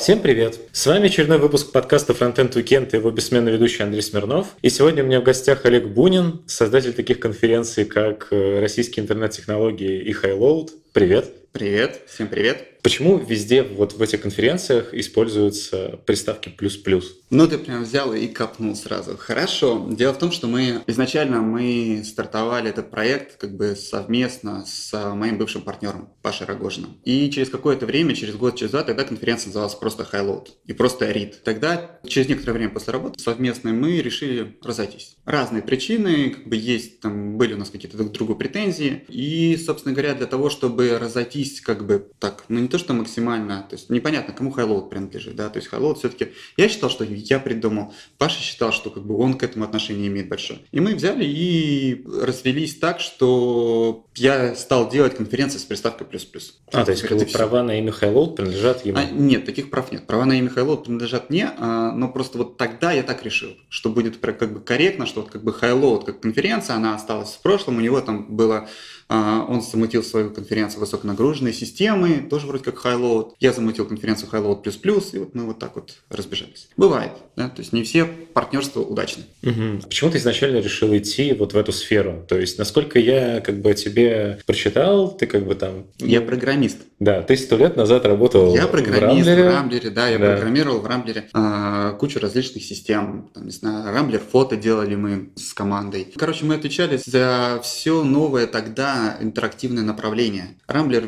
Всем привет! С вами очередной выпуск подкаста Frontend Weekend и его бессменный ведущий Андрей Смирнов. И сегодня у меня в гостях Олег Бунин, создатель таких конференций, как «Российские интернет-технологии» и «Highload». Привет! Привет, всем привет. Почему везде вот в этих конференциях используются приставки «плюс-плюс»? Ну, ты прям взял и копнул сразу. Хорошо. Дело в том, что изначально мы стартовали этот проект как бы совместно с моим бывшим партнером Пашей Рогожиным. И через какое-то время, через год, через два, тогда конференция называлась просто Highload и просто RID. Тогда, через некоторое время после работы совместно мы решили разойтись. Разные причины, как бы есть, там были у нас какие-то друг к другу претензии. И, собственно говоря, для того, чтобы разойтись как бы так, ну не то, что максимально, то есть непонятно, кому Highload принадлежит, да, то есть Highload все-таки, я считал, что я придумал, Паша считал, что как бы он к этому отношение имеет большое. И мы взяли и развелись так, что я стал делать конференции с приставкой плюс-плюс. То есть как бы права на имя Highload принадлежат ему? Нет, таких прав нет. Права на имя Highload принадлежат мне, но просто вот тогда я так решил, что будет как бы корректно, что вот как бы Highload как конференция, она осталась в прошлом, у него там было... Он замутил свою конференцию высоконагруженной системы, тоже вроде как Highload. Я замутил конференцию Highload++, и вот мы вот так вот разбежались. Бывает, да, то есть не все партнерства удачны. Угу. Почему ты изначально решил идти вот в эту сферу? То есть, насколько я как бы тебе прочитал, ты как бы там... Я программист. Да, ты 100 лет назад работал я программист в Рамблере, да, я да. программировал в Рамблере кучу различных систем. Там, не знаю, Рамблер фото делали мы с командой. Короче, мы отвечали за все новое тогда интерактивное направление. Рамблер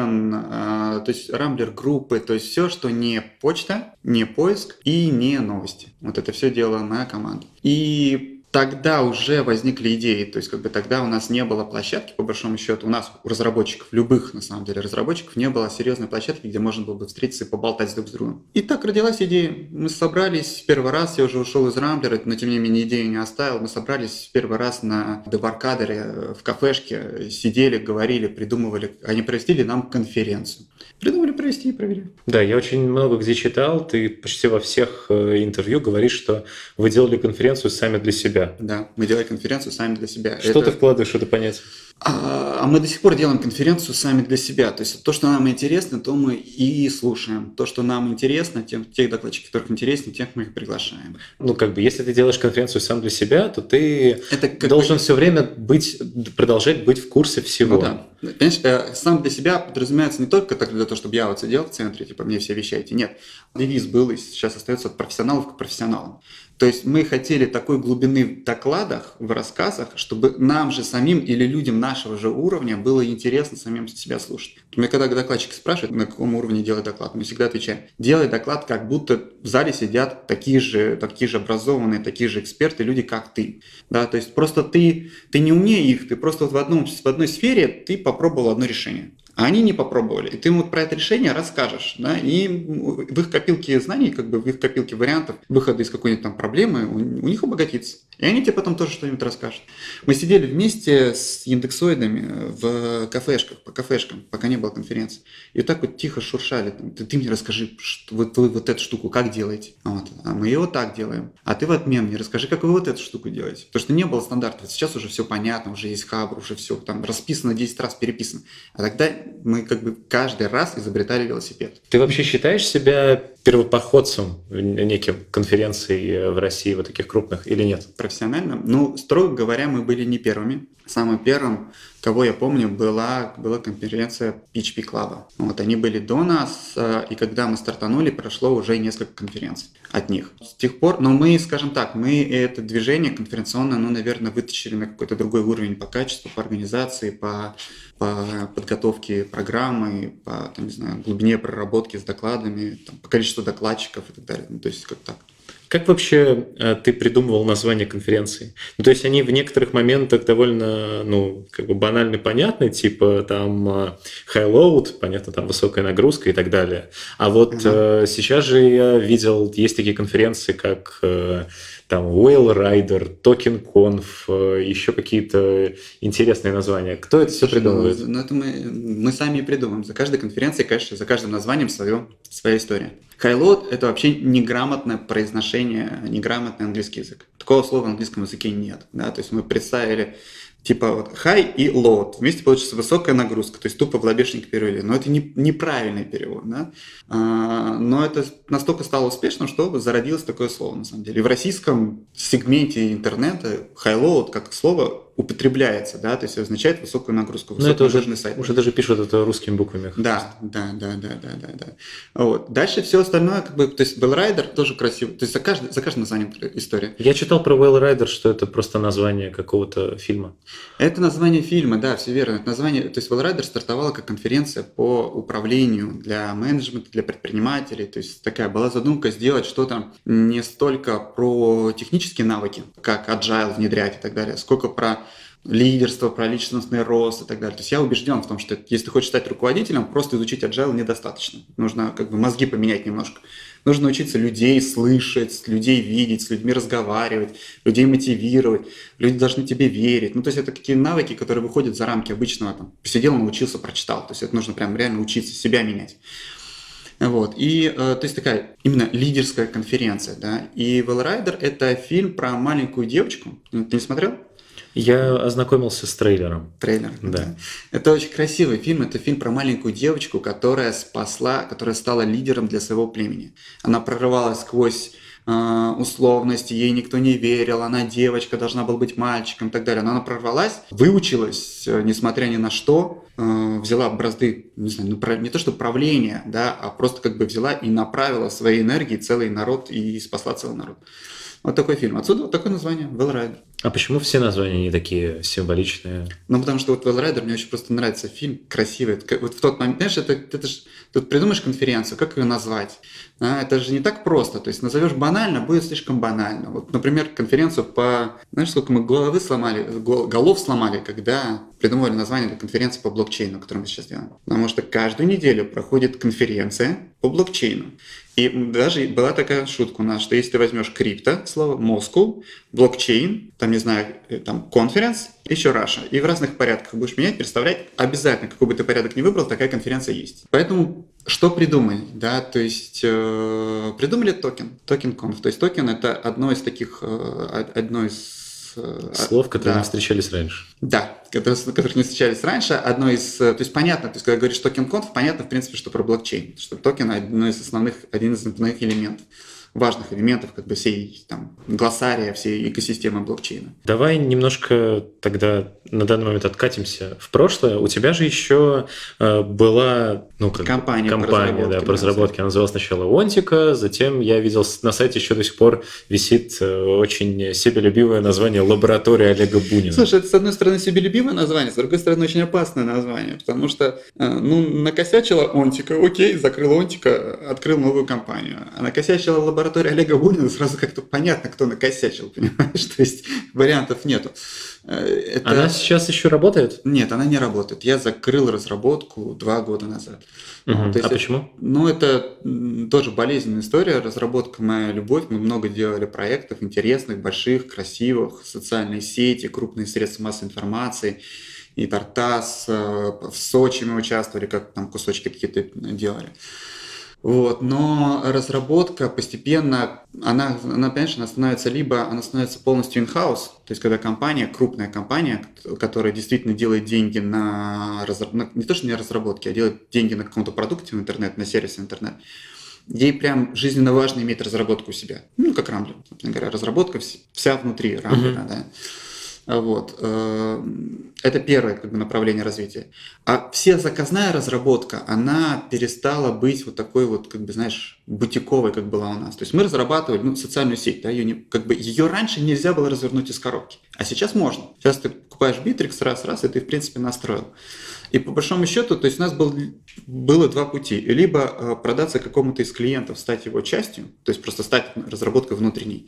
Vision, то есть Рамблер группы, то есть все, что не почта, не поиск и не новости. Вот это все делала моя команда. И тогда уже возникли идеи, то есть как бы тогда у нас не было площадки, по большому счету, у нас, у разработчиков, любых на самом деле разработчиков, не было серьезной площадки, где можно было бы встретиться и поболтать друг с другом. И так родилась идея. Мы собрались первый раз, я уже ушел из Рамблера, но тем не менее идею не оставил. Мы собрались первый раз на Дебаркадере в кафешке, сидели, говорили, придумывали, они провели нам конференцию. Придумали провести и провели. Да, я очень много где читал, ты почти во всех интервью говоришь, что вы делали конференцию сами для себя. Да, мы делали конференцию сами для себя. Что ты вкладываешь в это понятие? А мы до сих пор делаем конференцию сами для себя. То есть то, что нам интересно, то мы и слушаем. То, что нам интересно, тех докладчиков, которых интереснее, тех мы их приглашаем. Ну, как бы, если ты делаешь конференцию сам для себя, то ты должен все время продолжать быть в курсе всего. Ну да. Понимаешь, сам для себя подразумевается не только так для того, чтобы я вот сидел в центре, типа, мне все вещаете. Нет. Девиз был и сейчас остается от профессионалов к профессионалам. То есть мы хотели такой глубины в докладах, в рассказах, чтобы нам же самим или людям нашего же уровня было интересно самим себя слушать. Мне когда докладчик спрашивает, на каком уровне делать доклад, мы всегда отвечаем: делай доклад, как будто в зале сидят такие же образованные, такие же эксперты, люди, как ты. Да, то есть просто ты не умнее их, ты просто вот в одной сфере ты попробовал одно решение. А они не попробовали. И ты им вот про это решение расскажешь. Да? И в их копилке знаний, как бы в их копилке вариантов выхода из какой-нибудь там проблемы у них обогатится. И они тебе потом тоже что-нибудь расскажут. Мы сидели вместе с индексоидами в кафешках, по кафешкам, пока не было конференции. И вот так вот тихо шуршали. Ты мне расскажи, вот вы вот эту штуку как делаете? Вот. А мы ее вот так делаем. А ты вот мне расскажи, как вы вот эту штуку делаете. Потому что не было стандартов. Сейчас уже все понятно, уже есть хабр, уже все там расписано 10 раз, переписано. А тогда мы как бы каждый раз изобретали велосипед. Ты вообще считаешь себя первопроходцем неким конференций в России, вот таких крупных, или нет? Профессионально? Ну, строго говоря, мы были не первыми. Самым первым, кого я помню, была конференция PHP Club. Вот, они были до нас, и когда мы стартанули, прошло уже несколько конференций от них. С тех пор, но мы, скажем так, мы это движение конференционное, наверное, вытащили на какой-то другой уровень по качеству, по организации, по подготовке программы, по, там, не знаю, глубине проработки с докладами, там, по количеству докладчиков и так далее. Ну, то есть как так. Как вообще ты придумывал название конференции? Ну, то есть они в некоторых моментах довольно, как бы банально понятны, типа там Highload, понятно, там высокая нагрузка и так далее. А вот сейчас же я видел, есть такие конференции, как там Whale Rider, TokenConf, еще какие-то интересные названия. Кто это все придумывает? Ну, это мы сами и придумываем. За каждой конференцией, конечно, за каждым названием своя история. Highload — это вообще неграмотное произношение, неграмотный английский язык. Такого слова в английском языке нет. Да? То есть мы представили Типа вот high и load. Вместе получится высокая нагрузка. То есть тупо в лобешнике перевели. Но это неправильный перевод. Да? Но это настолько стало успешным, что зародилось такое слово на самом деле. И в российском сегменте интернета high load как слово употребляется, да, то есть означает высокую нагрузку, высоконагруженный сайт. Уже даже пишут это русскими буквами. Да. Вот. Дальше все остальное, как бы, то есть Bell Rider тоже красиво, то есть за каждым названием история. Я читал про Whale Rider, что это просто название какого-то фильма. Это название фильма, да, все верно. Это название, то есть Whale Rider стартовала как конференция по управлению для менеджмента, для предпринимателей, то есть такая была задумка сделать что-то не столько про технические навыки, как agile внедрять и так далее, сколько про лидерство, про личностный рост и так далее. То есть я убежден в том, что если ты хочешь стать руководителем, просто изучить agile недостаточно. Нужно как бы мозги поменять немножко. Нужно учиться людей слышать, людей видеть, с людьми разговаривать, людей мотивировать. Люди должны тебе верить. Ну, то есть это такие навыки, которые выходят за рамки обычного. Там, посидел, научился, прочитал. То есть это нужно прям реально учиться, себя менять. Вот. И, то есть такая именно лидерская конференция. Да? И Whale Rider – это фильм про маленькую девочку. Ты не смотрел? Я ознакомился с трейлером. Трейлер, да. Это очень красивый фильм. Это фильм про маленькую девочку, которая которая стала лидером для своего племени. Она прорывалась сквозь условности, ей никто не верил, она девочка, должна была быть мальчиком и так далее. Но она прорвалась, выучилась, несмотря ни на что, взяла бразды, не знаю, не то что правления, да, а просто как бы взяла и направила своей энергией целый народ и спасла целый народ. Вот такой фильм. Отсюда вот такое название Whale Rider. А почему все названия не такие символичные? Ну, потому что вот Whale Rider, мне очень просто нравится фильм, красивый. Вот в тот момент, знаешь, это ж, тут придумаешь конференцию, как ее назвать? Это же не так просто. То есть назовешь банально, будет слишком банально. Вот, например, конференцию знаешь, сколько мы голов сломали, когда придумывали название для конференции по блокчейну, которую мы сейчас делаем. Потому что каждую неделю проходит конференция по блокчейну. И даже была такая шутка у нас, что если ты возьмешь крипто, слово Moscow, блокчейн, там, не знаю, там, конференц, еще Russia, и в разных порядках будешь менять, представлять, обязательно, какой бы ты порядок ни выбрал, такая конференция есть. Поэтому что придумали? Да, то есть придумали токен-конф. То есть токен – это одно из слов, которые не встречались раньше. Да, которых не встречались раньше. Одно из, то есть понятно, то есть когда говоришь токен-конф, понятно, в принципе, что про блокчейн, что токен один из основных элементов, важных элементов как бы всей там глоссария, всей экосистемы блокчейна. Давай немножко тогда на данный момент откатимся в прошлое. У тебя же еще была компания по разработке. Она называлась сначала Онтика, затем я видел на сайте еще до сих пор висит очень себелюбивое название «Лаборатория Олега Бунина». Слушай, это с одной стороны себелюбивое название, с другой стороны очень опасное название, потому что накосячила Онтика, окей, закрыл Онтика, открыл новую компанию. А накосячила лаборатория Олега Бунина, сразу как-то понятно, кто накосячил, понимаешь? То есть вариантов нету. Она сейчас еще работает? Нет, она не работает. Я закрыл разработку 2 года назад. Почему? Это тоже болезненная история. Разработка моя любовь. Мы много делали проектов интересных, больших, красивых, социальные сети, крупные средства массовой информации. И Тартас, в Сочи мы участвовали, как там кусочки какие-то делали. Вот, но разработка постепенно, она становится полностью in-house, то есть когда крупная компания, которая действительно делает деньги не то что на разработке, а делает деньги на каком-то продукте в интернет, на сервисе в интернет, ей прям жизненно важно иметь разработку у себя. Как Рамблер, собственно говоря, разработка вся внутри Рамблера, да. Вот. Это первое направление развития. А вся заказная разработка, она перестала быть вот такой вот, бутиковой, как была у нас. То есть мы разрабатывали социальную сеть, да, ее раньше нельзя было развернуть из коробки, а сейчас можно. Сейчас ты покупаешь Bittrex, раз, и ты, в принципе, настроил. И по большому счету, то есть у нас было 2 пути. Либо продаться какому-то из клиентов, стать его частью, то есть просто стать разработкой внутренней,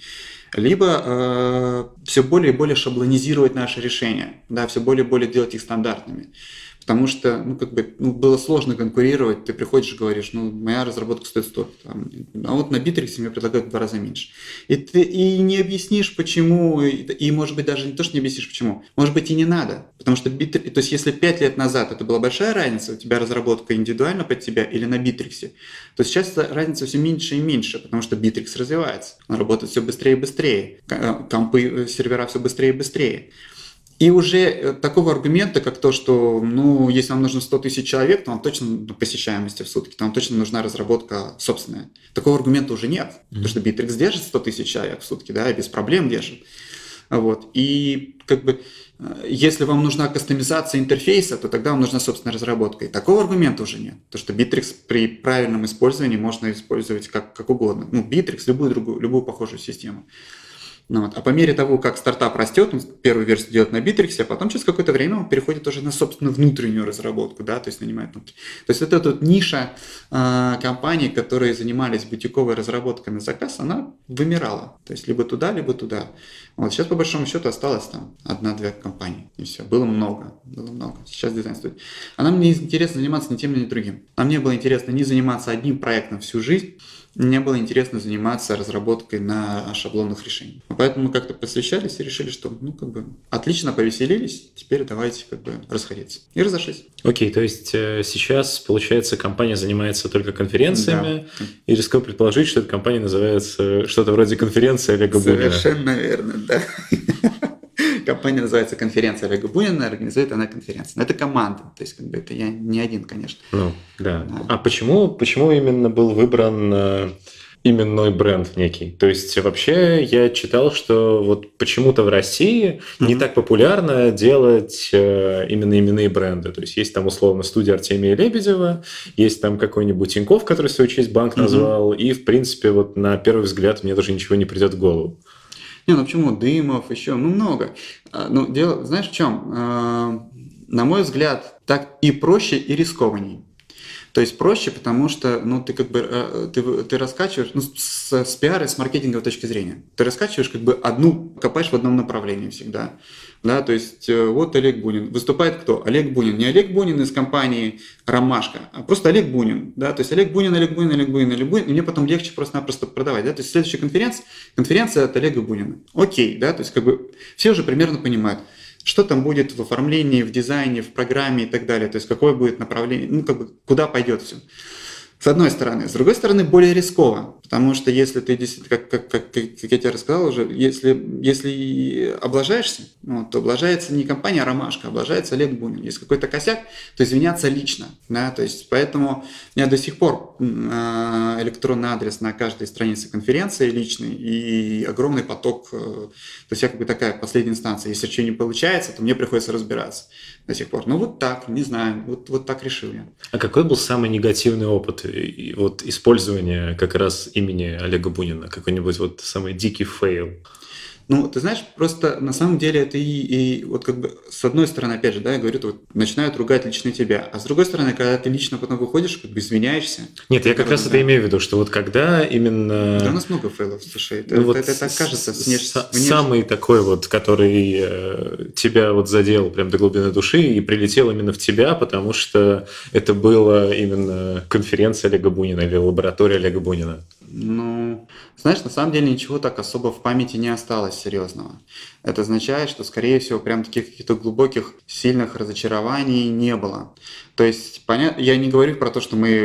либо все более и более шаблонизировать наши решения, да, все более и более делать их стандартными. Потому что было сложно конкурировать. Ты приходишь и говоришь, моя разработка стоит 100, а вот на Bittrex мне предлагают в 2 раза меньше. И не объяснишь, почему, и может быть даже не то, что не объяснишь, почему. Может быть и не надо. Потому что Bittrex, то есть если 5 лет назад это была большая разница, у тебя разработка индивидуально под тебя или на Bittrex, то сейчас разница все меньше и меньше, потому что Bittrex развивается. Он работает все быстрее и быстрее. Компы, сервера все быстрее и быстрее. И уже такого аргумента, как то, что, ну, если нам нужно 100 тысяч человек, то нам точно посещаемости в сутки, то нам точно нужна разработка собственная. Такого аргумента уже нет, потому что Bittrex держит 100 тысяч человек в сутки, да, и без проблем держит. Вот. И как бы, если вам нужна кастомизация интерфейса, то тогда вам нужна собственная разработка. И такого аргумента уже нет. То, что Bittrex при правильном использовании можно использовать как угодно. Ну, Bittrex, любую похожую систему. Ну, вот. А по мере того, как стартап растет, он первую версию делает на Bittrex, а потом через какое-то время он переходит уже на собственно внутреннюю разработку, да, то есть нанимает внутри. То есть вот эта вот ниша компаний, которые занимались бутиковой разработкой на заказ, она вымирала. То есть либо туда, либо туда. Вот. Сейчас по большому счету осталось там 1-2 компании. И все. Было много. Сейчас дизайн-студия. А нам не интересно заниматься ни тем, ни другим. Нам не было интересно не заниматься одним проектом всю жизнь, мне было интересно заниматься разработкой на шаблонных решений. Поэтому мы как-то посвящались и решили, что, ну, как бы, отлично повеселились, теперь давайте, как бы, расходиться. И разошлись. Окей, то есть сейчас, получается, компания занимается только конференциями, Да. и рискую предположить, что эта компания называется что-то вроде конференции Олега Бунина. Совершенно верно, да. Компания называется «Конференция Олега Бунина», организует она конференцию. Но это команда, то есть как бы это я не один, конечно. Ну, да. А почему именно был выбран именной бренд некий? То есть вообще я читал, что вот почему-то в России не так популярно делать именно именные бренды. То есть есть там условно студия Артемия Лебедева, есть там какой-нибудь Тинькофф, который в свою честь банк назвал, и в принципе вот на первый взгляд мне даже ничего не придет в голову. Не, ну почему? Дымов, еще, ну много. Ну, дело, знаешь в чем? На мой взгляд, так и проще, и рискованней. То есть проще, потому что, ну, ты как бы, ты раскачиваешь, ну, с пиара и с маркетинговой точки зрения, ты раскачиваешь как бы копаешь в одном направлении всегда. Да, то есть вот Олег Бунин. Выступает кто? Олег Бунин. Не Олег Бунин из компании «Ромашка», а просто Олег Бунин. Да, то есть Олег Бунин. И мне потом легче просто-напросто продавать. Да? То есть следующая конференция от Олега Бунина. Окей, да, то есть как бы все уже примерно понимают, что там будет в оформлении, в дизайне, в программе и так далее. То есть какое будет направление, ну как бы куда пойдет все. С одной стороны. С другой стороны, более рисково. Потому что если ты действительно, как я тебе рассказал уже, если облажаешься, то облажается не компания «Ромашка», а облажается Олег Бунин. Если какой-то косяк, то извиняться лично. Да? То есть, поэтому у меня до сих пор электронный адрес на каждой странице конференции личный и огромный поток. То есть я как бы такая последняя инстанция. Если что не получается, то мне приходится разбираться до сих пор. Ну вот так, не знаю, вот так решил я. А какой был самый негативный опыт вот использования как раз имени Олега Бунина? Какой-нибудь вот самый дикий фейл? Ну, ты знаешь, просто на самом деле это и вот как бы с одной стороны, опять же, да, я говорю, вот начинают ругать лично тебя, а с другой стороны, когда ты лично потом выходишь, как бы извиняешься. Нет, я как раз это имею в виду, что вот когда именно... Да, у нас много фейлов, слушай, это, ну, это так кажется внешне. Самый такой вот, который тебя вот задел прям до глубины души и прилетел именно в тебя, потому что это была именно конференция Олега Бунина или лаборатория Олега Бунина. Ну, знаешь, на самом деле ничего так особо в памяти не осталось серьезного. Это означает, что, скорее всего, прям таких каких-то глубоких, сильных разочарований не было. То есть, понятно, я не говорю про то, что мы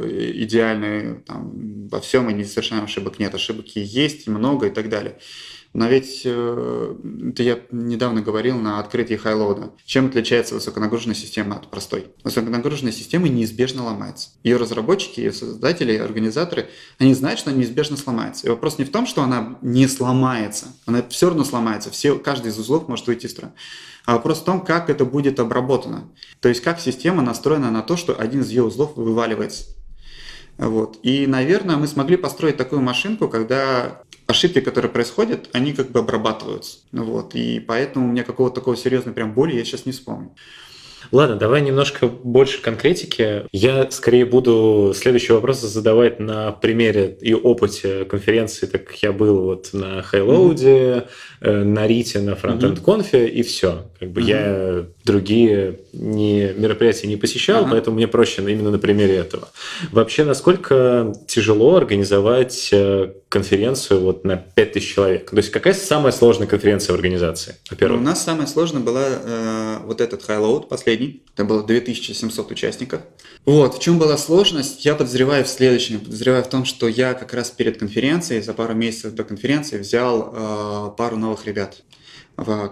идеальны там, во всем и не совершаем ошибок. Нет, ошибок есть, много и так далее. Но ведь это я недавно говорил на открытии Хайлоуда. Чем отличается высоконагруженная система от простой? Высоконагруженная система неизбежно ломается. Ее разработчики, ее создатели, ее организаторы, они знают, что она неизбежно сломается. И вопрос не в том, что она не сломается. Она все равно сломается. Каждый из узлов может уйти из строя. А вопрос в том, как это будет обработано. То есть, как система настроена на то, что один из ее узлов вываливается. Вот. И, наверное, мы смогли построить такую машинку, когда ошибки, которые происходят, они как бы обрабатываются. Вот. И поэтому у меня какого-то такого серьезной прям боли я сейчас не вспомню. Ладно, давай немножко больше конкретики. Я скорее буду следующий вопрос задавать на примере и опыте конференции, так как я был вот на Хайлоуде, на Рите, на Фронтенд-конфе, и все. Как бы я другие мероприятия не посещал, поэтому мне проще именно на примере этого. Вообще, насколько тяжело организовать конференцию вот на 5000 человек? То есть какая самая сложная конференция в организации? У нас самая сложная была вот этот Хайлоуд последний. Это было 2700 участников. Вот. В чем была сложность? Я подозреваю в следующем. Подозреваю в том, что я как раз перед конференцией, за пару месяцев до конференции, взял пару новых ребят. в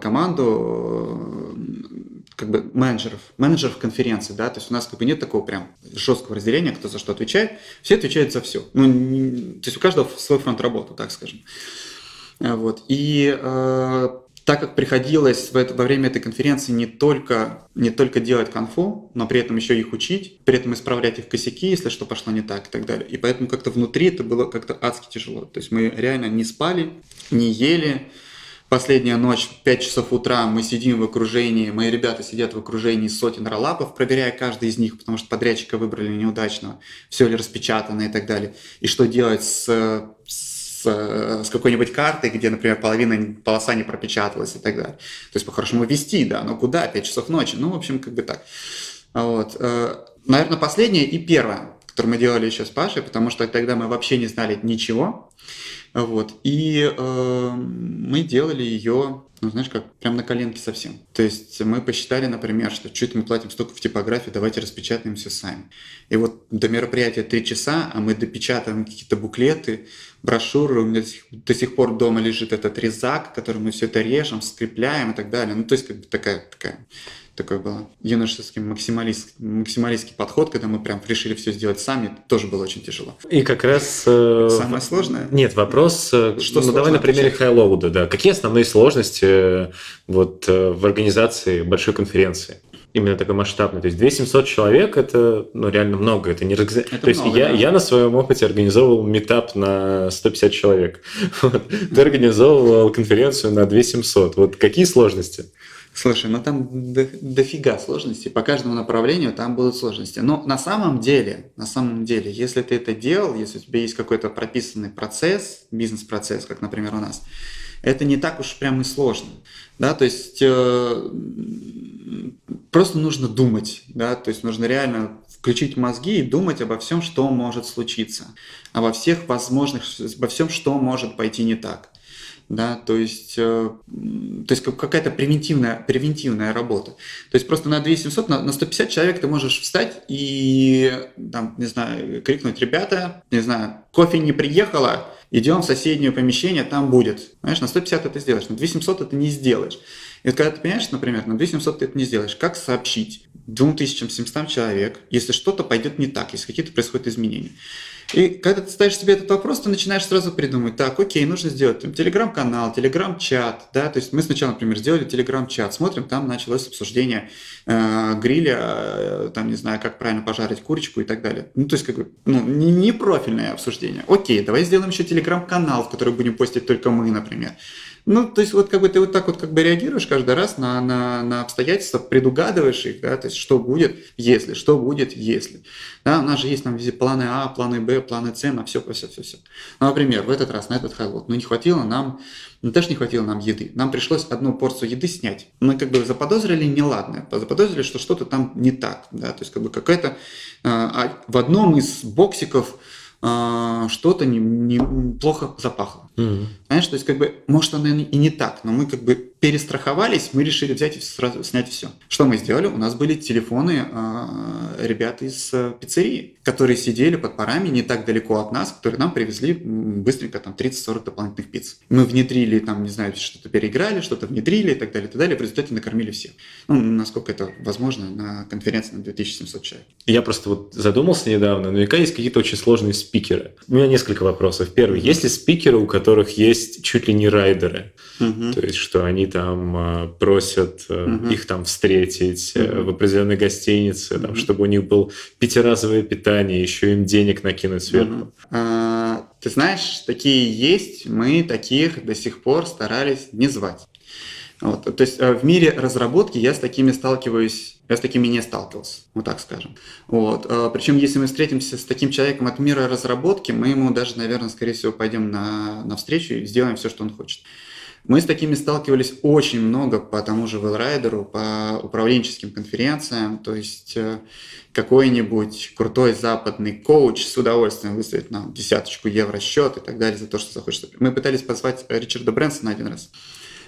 команду как бы менеджеров конференции, да, то есть у нас как бы нет такого прям жесткого разделения, кто за что отвечает, все отвечают за все. Ну, то есть у каждого свой фронт работы, так скажем. Вот. И так как приходилось во время этой конференции не только делать конфу, но при этом еще их учить, при этом исправлять их косяки, если что пошло не так и так далее. И поэтому как-то внутри это было как-то адски тяжело. То есть мы реально не спали, не ели. Последняя ночь, 5 часов утра, мы сидим в окружении, мои ребята сидят в окружении сотен роллапов, проверяя каждый из них, потому что подрядчика выбрали неудачного, все ли распечатано и так далее. И что делать с какой-нибудь картой, где, например, половина полоса не пропечаталась и так далее. То есть, по-хорошему, вести, да, но куда? 5 часов ночи. Ну, в общем, как бы так. Вот. Наверное, последнее и первое, которое мы делали еще с Пашей, потому что тогда мы вообще не знали ничего. Вот. И мы делали ее, ну, знаешь, как прям на коленке совсем. То есть мы посчитали, например, что чуть мы платим столько в типографии, давайте распечатаем все сами. И вот до мероприятия 3 часа, а мы допечатаем какие-то буклеты, брошюры. У меня до сих пор дома лежит этот резак, который мы все это режем, скрепляем и так далее. Ну, то есть как бы такой был юношеский максималистский подход, когда мы прям решили все сделать сами, это тоже было очень тяжело. И как раз... Самое сложное? Нет, вопрос... Что давай на примере Хайлоуда, да. Какие основные сложности вот, в организации большой конференции? Именно такой масштабный. То есть 2700 человек – это реально много. Это не То есть много, я на своем опыте организовывал митап на 150 человек. Вот. Ты организовывал конференцию на 2700. Вот какие сложности? Слушай, ну там дофига сложностей, по каждому направлению там будут сложности. Но на самом деле, если ты это делал, если у тебя есть какой-то прописанный процесс, бизнес-процесс, как, например, у нас, это не так уж прям и сложно. Да? То есть просто нужно думать, да? То есть нужно реально включить мозги и думать обо всем, что может случиться, обо всем, что может пойти не так. Да, то есть какая-то превентивная работа. То есть просто на 2700, на 150 человек ты можешь встать и, там, не знаю, крикнуть: ребята, не знаю, кофе не приехало, идем в соседнее помещение, там будет. Понимаешь, на 150 это сделаешь, на 2700 это не сделаешь. И вот когда ты понимаешь, например, на 2700 ты это не сделаешь, как сообщить 2700 человек, если что-то пойдет не так, если какие-то происходят изменения? И когда ты ставишь себе этот вопрос, ты начинаешь сразу придумывать: так, окей, нужно сделать там телеграм-канал, телеграм-чат, да, то есть мы сначала, например, сделали телеграм-чат, смотрим, там началось обсуждение гриля, там, не знаю, как правильно пожарить курочку и так далее. Ну, то есть, как бы, не профильное обсуждение. Окей, давай сделаем еще телеграм-канал, в который будем постить только мы, например. Ну, то есть, вот как бы ты вот так вот как бы реагируешь каждый раз на обстоятельства, предугадываешь их, да, то есть, что будет, если. Да, у нас же есть там везде планы А, планы Б, планы С, на все. Ну, например, в этот раз, на этот хайлот, не хватило нам еды. Нам пришлось одну порцию еды снять. Мы как бы заподозрили неладное, заподозрили, что что-то там не так, да, то есть, как бы какая-то в одном из боксиков что-то плохо запахло. Знаешь, то есть, как бы, может, оно и не так, но мы как бы перестраховались, мы решили взять и сразу снять все. Что мы сделали? У нас были телефоны ребят из пиццерии, которые сидели под парами не так далеко от нас, которые нам привезли быстренько там 30-40 дополнительных пицц. Мы внедрили, там, не знаю, что-то переиграли, что-то внедрили и так далее, в результате накормили всех. Ну, насколько это возможно на конференции на 2700 человек. Я просто вот задумался недавно, наверняка есть какие-то очень сложные спикеры. У меня несколько вопросов. Первый, есть ли спикеры, у которых есть чуть ли не райдеры? То есть, что они там просят их там встретить в определенной гостинице, там, чтобы у них было 5-разовое питание, еще им денег накинуть сверху. Ты знаешь, такие есть, мы таких до сих пор старались не звать. Вот. То есть в мире разработки я с такими не сталкивался, вот так скажем. Вот. Причем если мы встретимся с таким человеком от мира разработки, мы ему даже, наверное, скорее всего, пойдем на встречу и сделаем все, что он хочет. Мы с такими сталкивались очень много по тому же Wellrider, по управленческим конференциям, то есть какой-нибудь крутой западный коуч с удовольствием выставит нам 10 евро счет и так далее за то, что захочет. Мы пытались позвать Ричарда Брэнсона один раз.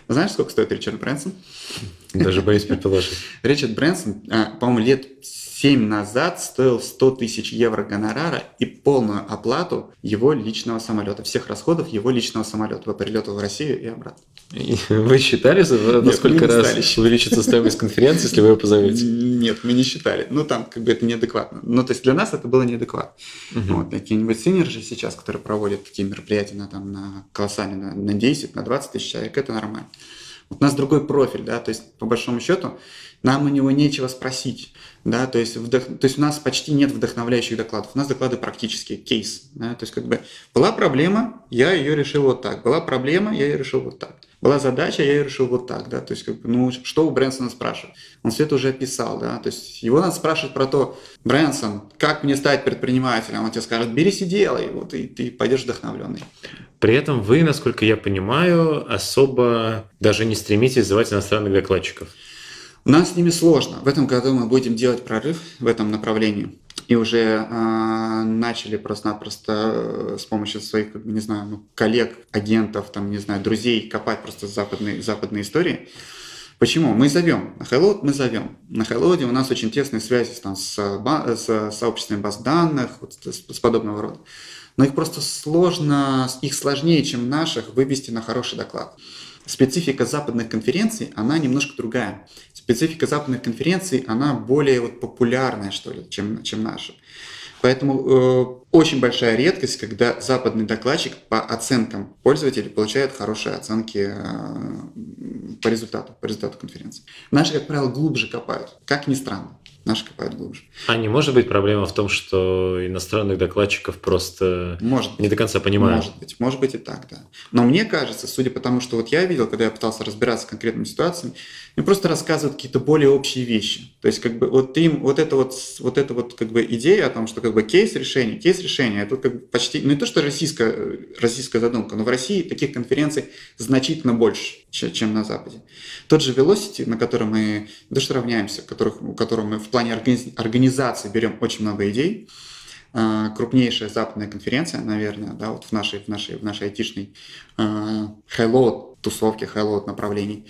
Знаешь, сколько стоит Ричард Брэнсон? Даже боюсь предположить. Ричард Брэнсон, по-моему, лет 7 назад стоил 100 тысяч евро гонорара и полную оплату его личного самолета, всех расходов его личного самолета по прилету в Россию и обратно. Вы считали, во сколько раз увеличится стоимость конференции, если вы его позовете? Нет, мы не считали. Ну, там как бы это неадекватно. Ну, то есть для нас это было неадекватно. Вот, какие-нибудь Synergy сейчас, которые проводят такие мероприятия на колоссальные, на 10, на 20 тысяч человек, это нормально. Вот у нас другой профиль, да, то есть по большому счету нам у него нечего спросить, да, то есть у нас почти нет вдохновляющих докладов, у нас доклады практические, кейс, да, то есть как бы была проблема, я ее решил вот так, была проблема, я ее решил вот так, была задача, я ее решил вот так, да, то есть как бы, ну, что у Брэнсона спрашивать? Он все это уже описал, да, то есть его надо спрашивать про то, Брэнсон, как мне стать предпринимателем, он тебе скажет, берись и делай, вот, и ты пойдешь вдохновленный. При этом вы, насколько я понимаю, особо даже не стремитесь звать иностранных докладчиков. У нас с ними сложно. В этом году мы будем делать прорыв в этом направлении. И уже начали просто-напросто с помощью своих, как бы, не знаю, коллег, агентов, там, не знаю, друзей копать просто западные истории. Почему? Мы зовем. На Highload мы зовем. На Highload у нас очень тесные связи там, с сообществами баз данных, вот, с подобного рода. Но их просто сложно, их сложнее, чем наших, вывести на хороший доклад. Специфика западных конференций, она немножко другая. Специфика западных конференций, она более вот популярная, что ли, чем наша. Поэтому очень большая редкость, когда западный докладчик по оценкам пользователей получает хорошие оценки по результату конференции. Наши, как правило, глубже копают, как ни странно. Наши копают глубже. А не может быть проблема в том, что иностранных докладчиков просто не до конца понимают? Может быть и так, да. Но мне кажется, судя по тому, что вот я видел, когда я пытался разбираться с конкретными ситуациями, мне просто рассказывают какие-то более общие вещи. То есть как бы вот им вот эта вот как бы идея о том, что как бы кейс решения, это как бы почти, ну не то, что российская задумка, но в России таких конференций значительно больше, чем на Западе. Тот же Velocity, на котором мы даже равняемся, у которого мы в плане организации берем очень много идей, крупнейшая западная конференция, наверное, да, вот в нашей айтишной Highload тусовке, Highload направлений,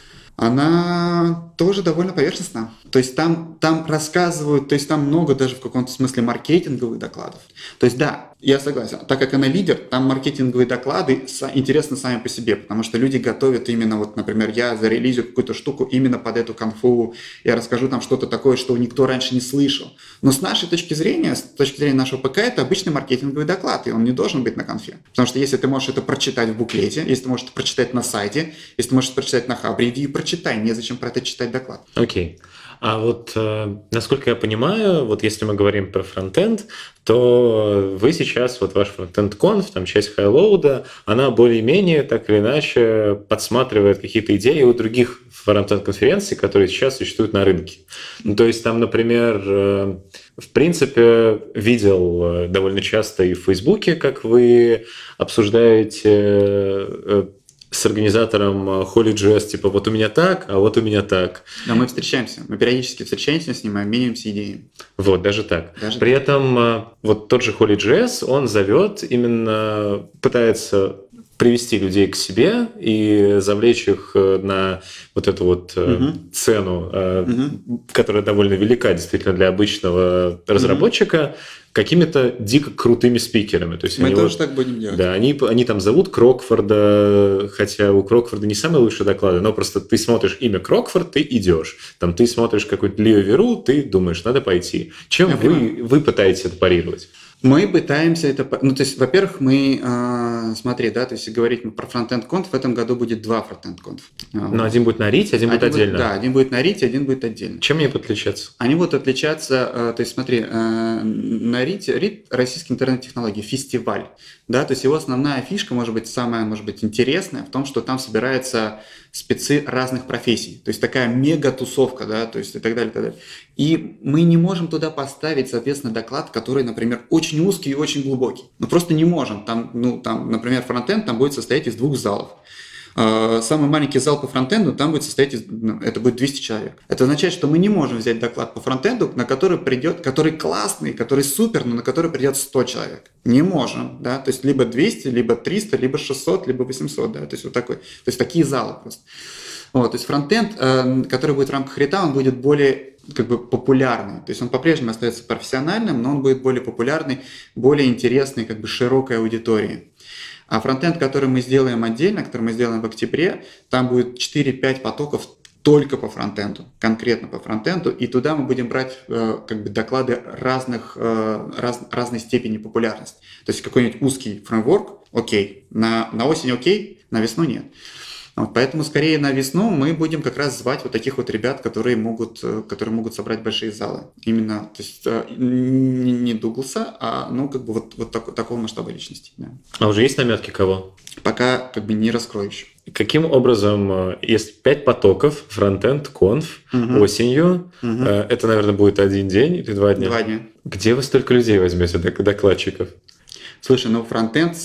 она тоже довольно поверхностна. То есть там рассказывают, то есть там много даже в каком-то смысле маркетинговых докладов. То есть да, я согласен, так как она лидер, там маркетинговые доклады интересны сами по себе, потому что люди готовят именно, вот, например, я зарелизю какую-то штуку именно под эту конфу, я расскажу там что-то такое, что никто раньше не слышал. Но с нашей точки зрения, с точки зрения нашего ПК, это обычный маркетинговый доклад, и он не должен быть на конфе. Потому что если ты можешь это прочитать в буклете, если ты можешь это прочитать на сайте, если ты можешь это прочитать на Хабре, иди и прочитай, незачем про это читать доклад. Окей. А вот, насколько я понимаю, вот если мы говорим про фронтенд, то вы сейчас, вот ваш фронтенд-конф, там часть Highload, она более-менее так или иначе подсматривает какие-то идеи у других фронтенд-конференций, которые сейчас существуют на рынке. Ну, то есть там, например, в принципе, видел довольно часто и в Фейсбуке, как вы обсуждаете с организатором Holy.js, типа вот у меня так, а вот у меня так. Да, мы встречаемся, мы периодически встречаемся с ним и обмениваемся идеями. Вот, даже так. При этом вот тот же Holy.js, он зовет, именно пытается привести людей к себе и завлечь их на вот эту вот цену, которая довольно велика действительно для обычного разработчика, какими-то дико крутыми спикерами. То есть мы тоже так будем делать. Да, они там зовут Крокфорда, хотя у Крокфорда не самые лучшие доклады, но просто ты смотришь имя Крокфорд, ты идешь. Там ты смотришь какой-то Лио Веру, ты думаешь, надо пойти. Чем вы пытаетесь это парировать? Мы пытаемся это... Ну, то есть, во-первых, мы... смотри, да, то есть, говорить про фронтенд-конф, в этом году будет 2 фронтенд-конф. Но один будет на RIT, один будет отдельно. Да, один будет на RIT, один будет отдельно. Чем они будут отличаться? Они будут отличаться... То есть, смотри, на RIT российские интернет-технологии, фестиваль. Да, то есть, его основная фишка, может быть, самая, может быть, интересная в том, что там собираются спецы разных профессий. То есть, такая мега-тусовка, да, то есть, и так далее, и так далее. И мы не можем туда поставить, соответственно, доклад, который, например, очень узкий и очень глубокий. Мы просто не можем. Там, например, фронтенд там будет состоять из 2 залов. Самый маленький зал по фронтенду, там будет состоять это будет 200 человек. Это означает, что мы не можем взять доклад по фронтенду, на который придет, который классный, который супер, но на который придет 100 человек. Не можем, да, то есть либо 200, либо 300, либо 600, либо 800, да, то есть вот такой, то есть такие залы просто. Вот, то есть фронтенд, который будет в рамках рита, он будет более как бы популярный. То есть он по-прежнему остается профессиональным, но он будет более популярный, более интересный, как бы широкой аудитории. А фронтенд, который мы сделаем отдельно, который мы сделаем в октябре, там будет 4-5 потоков только по фронтенду, конкретно по фронтенду, и туда мы будем брать как бы доклады разной степени популярности. То есть какой-нибудь узкий фреймворк, окей, на осень окей, на весну нет. Вот, поэтому скорее на весну мы будем как раз звать вот таких вот ребят, которые могут собрать большие залы. Именно, то есть не Дугласа, а ну как бы вот такого масштаба личности. Да. А уже есть наметки кого? Пока как бы не раскрою еще. Каким образом, если 5 потоков, фронтенд, конф, осенью, это, наверное, будет 1 день или 2 дня? 2 дня. Где вы столько людей возьмете, докладчиков? Слушай, ну фронтенд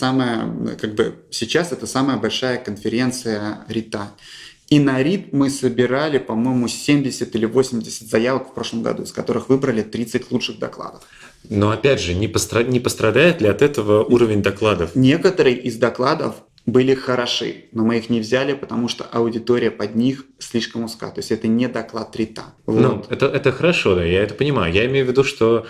сейчас это самая большая конференция рита. И на рит мы собирали, по-моему, 70 или 80 заявок в прошлом году, из которых выбрали 30 лучших докладов. Но опять же, не пострадает ли от этого уровень докладов? Некоторые из докладов были хороши, но мы их не взяли, потому что аудитория под них слишком узка. То есть это не доклад рита. Вот. Ну, это хорошо, да, я это понимаю. Я имею в виду, что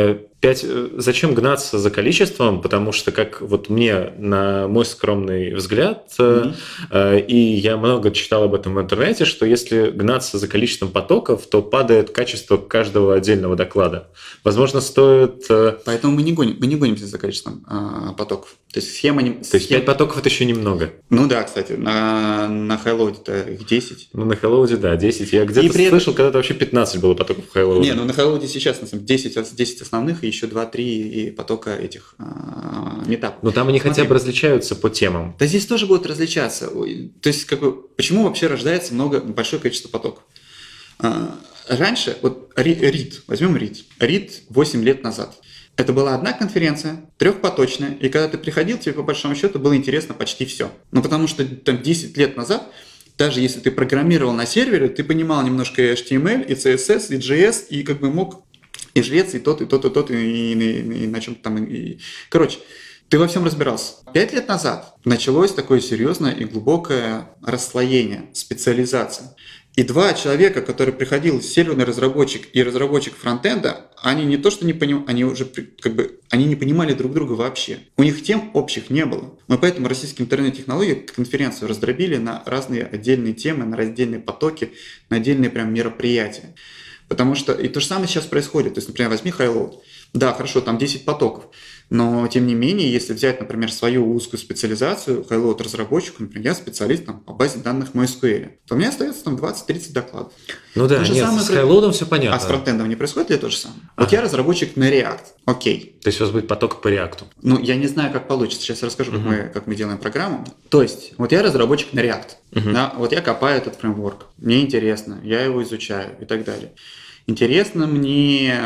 зачем гнаться за количеством, потому что, как вот мне, на мой скромный взгляд, и я много читал об этом в интернете, что если гнаться за количеством потоков, то падает качество каждого отдельного доклада. Возможно, стоит... Поэтому мы не гонимся за количеством потоков. То есть схема... То есть 5 потоков – это еще немного. Ну да, кстати, на Highload их 10. Ну, на Highload, да, 10. Я где-то слышал, когда-то вообще 15 было потоков в Highload. Не, ну на Highload сейчас, на самом деле, 10 основных и еще 2-3 и потока этих метапов. Но там они хотя бы различаются по темам. Да здесь тоже будут различаться. То есть, почему вообще рождается большое количество потоков? Раньше, вот RIT, возьмем RIT. RIT 8 лет назад. Это была одна конференция, трехпоточная, и когда ты приходил, тебе по большому счету было интересно почти все. Ну, потому что там 10 лет назад, даже если ты программировал на сервере, ты понимал немножко и HTML, и CSS, и JS, и как бы мог и жрец, и тот, и на чем-то там. Короче, ты во всем разбирался. 5 лет назад началось такое серьезное и глубокое расслоение, специализация. И 2 человека, которые приходил, серверный разработчик и разработчик фронтенда, они не то что не понимали, они уже они не понимали друг друга вообще. У них тем общих не было. Мы поэтому российские интернет-технологии конференцию раздробили на разные отдельные темы, на раздельные потоки, на отдельные прям мероприятия. Потому что и то же самое сейчас происходит. То есть, например, возьми Highload. Да, хорошо, там 10 потоков. Но, тем не менее, если взять, например, свою узкую специализацию, Highload разработчику, например, я специалист там, по базе данных MySQL, то у меня остается там 20-30 докладов. Ну да, нет, с Highload все понятно. А с фронтендом не происходит ли то же самое? Вот я разработчик на React, окей. То есть у вас будет поток по React? Ну, я не знаю, как получится. Сейчас я расскажу, как мы делаем программу. То есть, вот я разработчик на React. Да, вот я копаю этот фреймворк. Мне интересно, я его изучаю и так далее. Интересно мне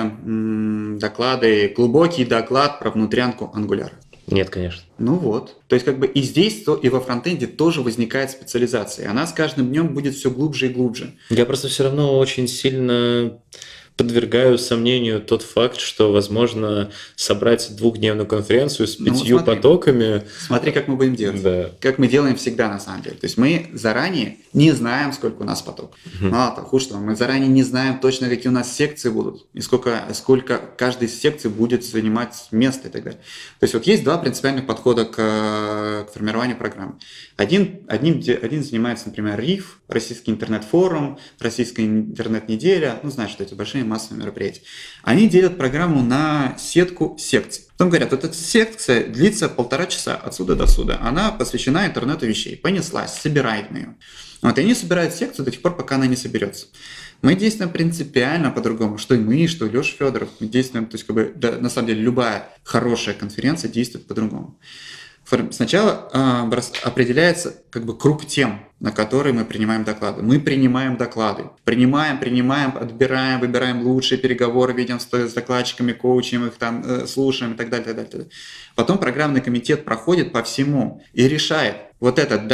доклады, глубокий доклад про внутрянку Angular. Нет, конечно. Ну вот. То есть как бы и здесь, и во фронтенде тоже возникает специализация. И она с каждым днем будет все глубже и глубже. Я просто все равно очень сильно подвергаю сомнению тот факт, что возможно собрать 2-дневную конференцию с 5 потоками. Смотри, как мы будем делать. Да. Как мы делаем всегда, на самом деле. То есть мы заранее не знаем, сколько у нас потоков. Мало того, хуже того, мы заранее не знаем точно, какие у нас секции будут, и сколько каждая из секций будет занимать место и так далее. То есть вот есть 2 принципиальных подхода к формированию программы. Один занимается, например, РИФ, Российский интернет-форум, Российская интернет-неделя, ну, знаешь, что эти большие массовые мероприятия. Они делят программу на сетку секций. Потом говорят, вот эта секция длится 1,5 часа отсюда до сюда. Она посвящена интернету вещей. Понеслась, собирает ее. Вот, и они собирают секцию до тех пор, пока она не соберется. Мы действуем принципиально по-другому. Что и мы, что и Леша Федоров. Мы действуем, то есть, как бы, да, на самом деле, любая хорошая конференция действует по-другому. Сначала определяется как бы круг тем, на которые мы принимаем доклады. Мы принимаем доклады. Принимаем, отбираем, выбираем лучшие переговоры, видим с докладчиками, коучем их там, слушаем и так далее, так далее, так далее. Потом программный комитет проходит по всему и решает, вот этот да,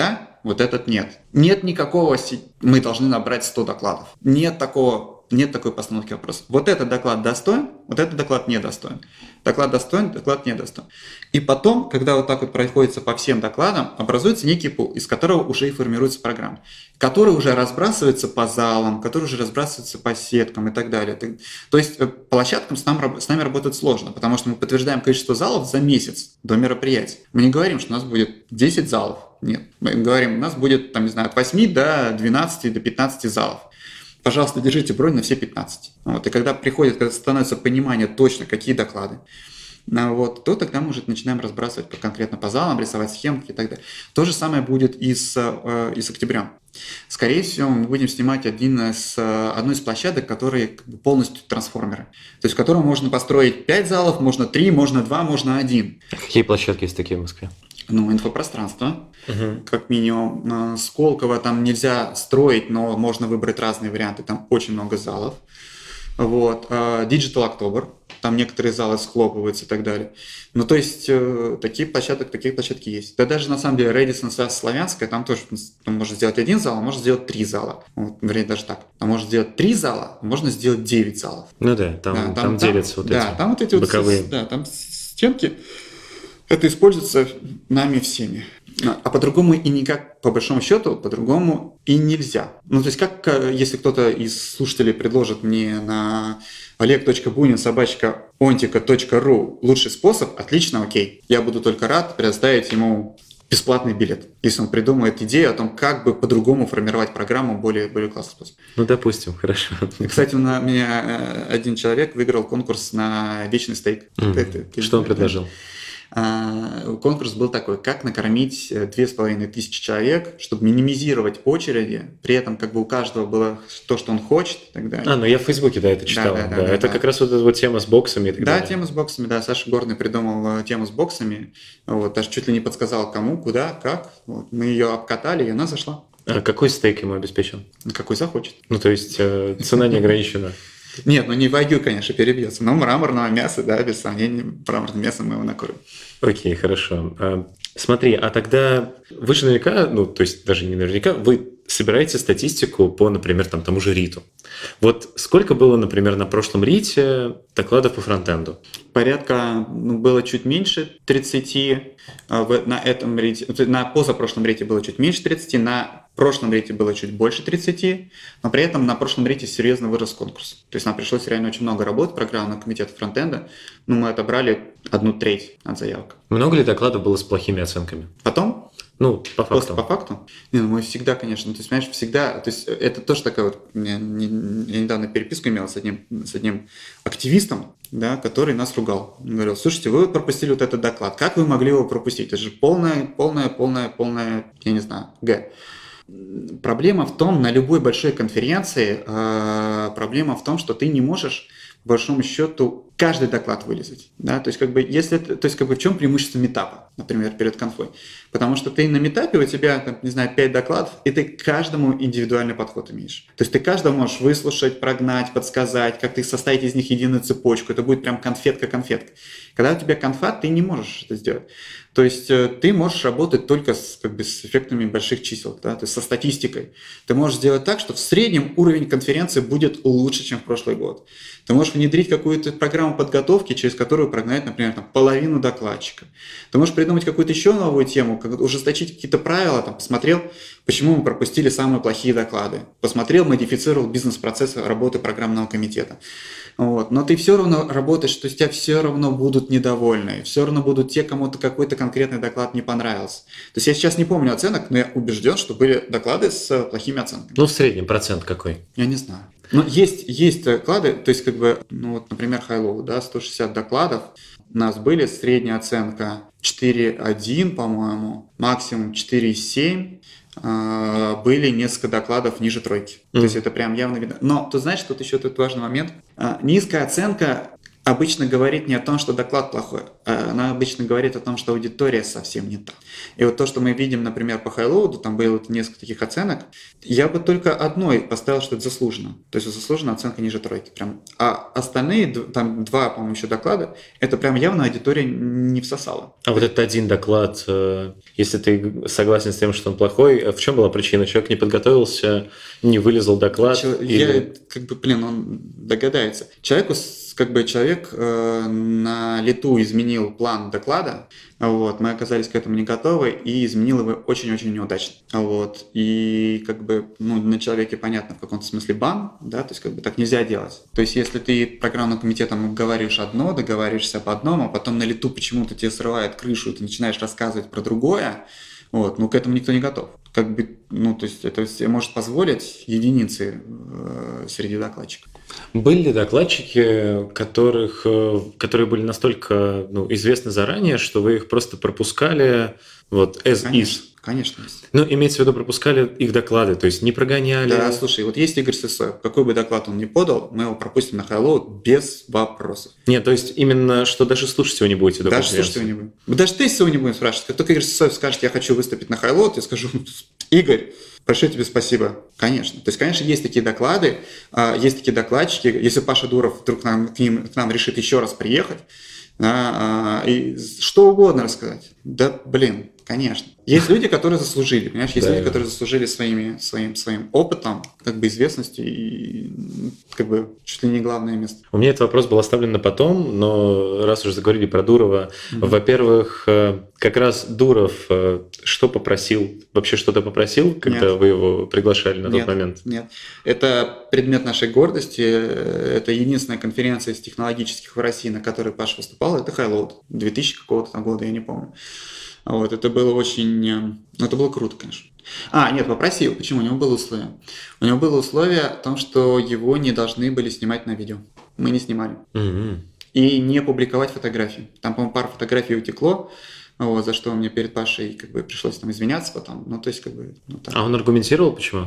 вот этот нет. Нет никакого, мы должны набрать 100 докладов. Нет такой постановки вопроса. Вот этот доклад достоин, вот этот доклад недостоин. Доклад достоин, доклад недостоин. И потом, когда вот так вот проходится по всем докладам, образуется некий пул, из которого уже и формируется программа, который уже разбрасывается по залам, который уже разбрасывается по сеткам и так далее. То есть площадкам с нами работать сложно, потому что мы подтверждаем количество залов за месяц до мероприятия. Мы не говорим, что у нас будет 10 залов. Нет. Мы говорим, у нас будет, там, не знаю, от 8 до 12, до 15 залов. Пожалуйста, держите бронь на все 15. Вот. И когда становится понимание точно, какие доклады, вот, то тогда мы уже начинаем разбрасывать конкретно по залам, рисовать схемки и так далее. То же самое будет и с октябрем. Скорее всего, мы будем снимать одну из площадок, которые полностью трансформеры. То есть в котором можно построить 5 залов, можно 3, можно 2, можно 1. Какие площадки есть такие в Москве? Инфопространство, как минимум. Сколково там нельзя строить, но можно выбрать разные варианты, там очень много залов. Вот. Digital October, там некоторые залы схлопываются и так далее. Ну, то есть, такие площадки есть. Да даже на самом деле Radisson Славянская, там тоже можно сделать 1 зал, а можно сделать 3 зала. Вот, вернее, даже так. Там можно сделать 3 зала, а можно сделать 9 залов. Ну да, там делятся вот эти там вот эти боковые. Там стенки. Это используется нами всеми. А по-другому и никак, по большому счету, по-другому и нельзя. Ну, то есть, если кто-то из слушателей предложит мне на oleg.bunin@ontica.ru лучший способ, отлично, окей. Я буду только рад предоставить ему бесплатный билет, если он придумает идею о том, как бы по-другому формировать программу более классный способ. Ну, допустим, хорошо. Кстати, у меня один человек выиграл конкурс на вечный стейк. Что он предложил? Конкурс был такой, как накормить 2500 человек, чтобы минимизировать очереди, при этом как бы у каждого было то, что он хочет и так далее. Ну я в Фейсбуке, это читал. Это как раз вот эта вот тема с боксами и так далее. Да, тема с боксами, да. Саша Горный придумал тему с боксами, вот, даже чуть ли не подсказал, кому, куда, как. Вот, мы ее обкатали, и она зашла. А какой стейк ему обеспечен? Какой захочет. Ну, то есть цена не ограничена. Нет, не вагю, конечно, перебьется, но мраморного мяса, да, без сомнений, мраморным мясом мы его накормим. Окей, хорошо. Смотри, а тогда вы же наверняка, то есть даже не наверняка, вы собираете статистику по, например, тому же РИТу. Вот сколько было, например, на прошлом РИТе докладов по фронтенду? Порядка, было чуть меньше 30, на этом РИТе, на позапрошлом РИТе было чуть меньше 30, на прошлом РИТе было чуть больше 30, но при этом на прошлом РИТе серьезно вырос конкурс. То есть нам пришлось реально очень много работать, программного комитета фронтенда, мы отобрали 1/3 от заявок. Много ли докладов было с плохими оценками? Потом? По факту. По факту? Мы всегда, конечно, то есть, понимаешь, всегда, то есть это тоже такая вот, я недавно переписку имел с одним активистом, да, который нас ругал. Он говорил: слушайте, вы пропустили вот этот доклад, как вы могли его пропустить? Это же полная, я не знаю, г. Проблема в том, на любой большой конференции, проблема в том, что ты не можешь, по большому счету, каждый доклад вылезать. Да? То есть, в чем преимущество митапа, например, перед конфой? Потому что ты на митапе, у тебя, 5 докладов, и ты каждому индивидуальный подход имеешь. То есть ты каждого можешь выслушать, прогнать, подсказать, как ты составить из них единую цепочку. Это будет прям конфетка-конфетка. Когда у тебя конфа, ты не можешь это сделать. То есть ты можешь работать только с эффектами больших чисел, да? То есть со статистикой. Ты можешь сделать так, что в среднем уровень конференции будет лучше, чем в прошлый год. Ты можешь внедрить какую-то программу подготовки, через которую прогнать, например, половину докладчика. Ты можешь придумать какую-то еще новую тему, ужесточить какие-то правила, посмотрел, почему мы пропустили самые плохие доклады, посмотрел, модифицировал бизнес-процесс работы программного комитета. Вот. Но ты все равно работаешь, то есть тебя все равно будут недовольны, все равно будут те, кому-то какой-то конкретный доклад не понравился. То есть я сейчас не помню оценок, но я убежден, что были доклады с плохими оценками. В среднем процент какой? Я не знаю. Но есть доклады, то есть например, Хайлоу, да, 160 докладов, у нас были средняя оценка 4,1, по-моему, максимум 4,7. Были несколько докладов ниже 3. То есть это прям явно видно. Но ты знаешь, тут еще важный момент. Низкая оценка обычно говорит не о том, что доклад плохой, а она обычно говорит о том, что аудитория совсем не та. И вот то, что мы видим, например, по Хайлоуду, там было несколько таких оценок, я бы только одной поставил, что это заслуженно. То есть заслуженно оценка ниже тройки. Прям. А остальные, там два, по-моему, еще доклада, это прям явно аудитория не всосала. А вот этот один доклад, если ты согласен с тем, что он плохой, в чем была причина? Человек не подготовился, не вылезал доклад? Он догадается. Человек на лету изменил план доклада, вот, мы оказались к этому не готовы и изменил его очень-очень неудачно. Вот, и на человеке понятно в каком-то смысле бан, да, то есть так нельзя делать. То есть если ты программным комитетом говоришь одно, договариваешься об одном, а потом на лету почему-то тебе срывает крышу, и ты начинаешь рассказывать про другое, вот, к этому никто не готов. То есть это себе может позволить единицы среди докладчиков. Были ли докладчики, которые были настолько известны заранее, что вы их просто пропускали as is? Конечно, есть. Имеется в виду, пропускали их доклады, то есть не прогоняли. Да, слушай, вот есть Игорь Сысоев, какой бы доклад он ни подал, мы его пропустим на Хайлоуд без вопросов. Нет, то есть именно, что даже слушать его не будете. Даже слушать его не будем. Даже ты его не будем спрашивать. Как только Игорь Сысоев скажет, я хочу выступить на Хайлоуд, я скажу, Игорь, большое тебе спасибо. Конечно. То есть, конечно, есть такие доклады, есть такие докладчики. Если Паша Дуров вдруг к нам решит еще раз приехать, и что угодно рассказать. Да, конечно. Есть люди, которые заслужили, понимаешь? Есть люди, которые заслужили своим опытом, известностью и чуть ли не главное место. У меня этот вопрос был оставлен на потом, но раз уже заговорили про Дурова, во-первых, как раз Дуров что попросил? Вообще что-то попросил, когда вы его приглашали на тот момент? Нет. Это предмет нашей гордости. Это единственная конференция из технологических в России, на которой Паша выступал. Это Хайлоуд 2000 какого-то там года, я не помню. Вот, это было это было круто, конечно. Нет, попросил. Почему? У него было условие. У него было условие о том, что его не должны были снимать на видео. Мы не снимали. И не публиковать фотографии. Там, по-моему, пара фотографий утекло, за что мне перед Пашей пришлось извиняться потом. Так. А он аргументировал, почему?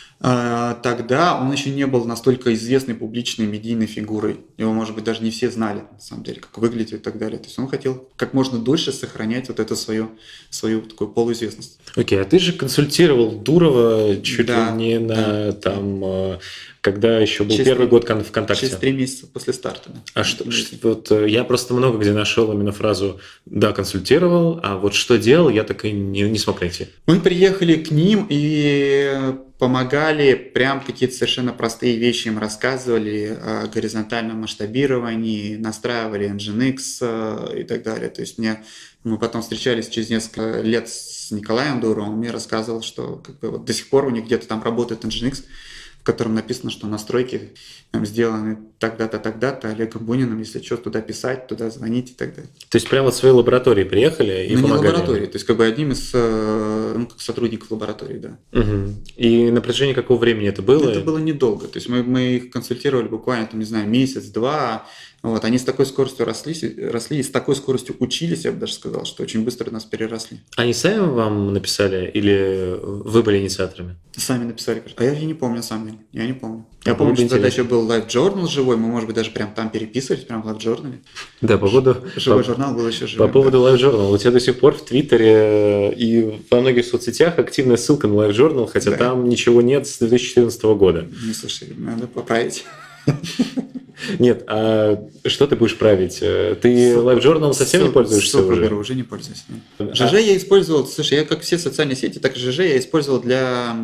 Тогда он еще не был настолько известной публичной медийной фигурой. Его, может быть, даже не все знали, на самом деле, как выглядит и так далее. То есть он хотел как можно дольше сохранять эту свою такую полуизвестность. Окей, а ты же консультировал Дурова чуть ли не на когда еще был первый год ВКонтакте. Через 3 месяца после старта. Да. Я просто много где нашел именно фразу «да, консультировал», а вот что делал, я так и не смог найти. Мы приехали к ним и помогали, прям какие-то совершенно простые вещи им рассказывали о горизонтальном масштабировании, настраивали Nginx и так далее. То есть мы потом встречались через несколько лет с Николаем Дуровым, он мне рассказывал, что до сих пор у них где-то там работает Nginx, в котором написано, что настройки сделаны тогда-то, тогда-то, Олегом Буниным, если что, туда писать, туда звонить и так далее. То есть прямо в своей лаборатории приехали и помогали? Не лаборатории, то есть одним из сотрудников лаборатории, да. Угу. И на протяжении какого времени это было? Это было недолго, то есть мы их консультировали буквально, месяц-два. Вот, они с такой скоростью росли и с такой скоростью учились, я бы даже сказал, что очень быстро нас переросли. Они сами вам написали или вы были инициаторами? Сами написали. А я не помню, на самом деле. Я не помню. Я помню, что тогда еще был Live Journal живой, мы, может быть, даже прям там переписывались, прям в Live Journal. Да, Живой журнал был еще живой. По поводу Live Journal. У тебя до сих пор в Твиттере и во многих соцсетях активная ссылка на Live Journal, хотя там ничего нет с 2014 года. Не, слушай, надо поправить. Нет, а что ты будешь править? Ты Live Journal совсем не пользуешься уже? Уже не пользуюсь. ЖЖ я использовал, слушай, я как все социальные сети, так и ЖЖ я использовал для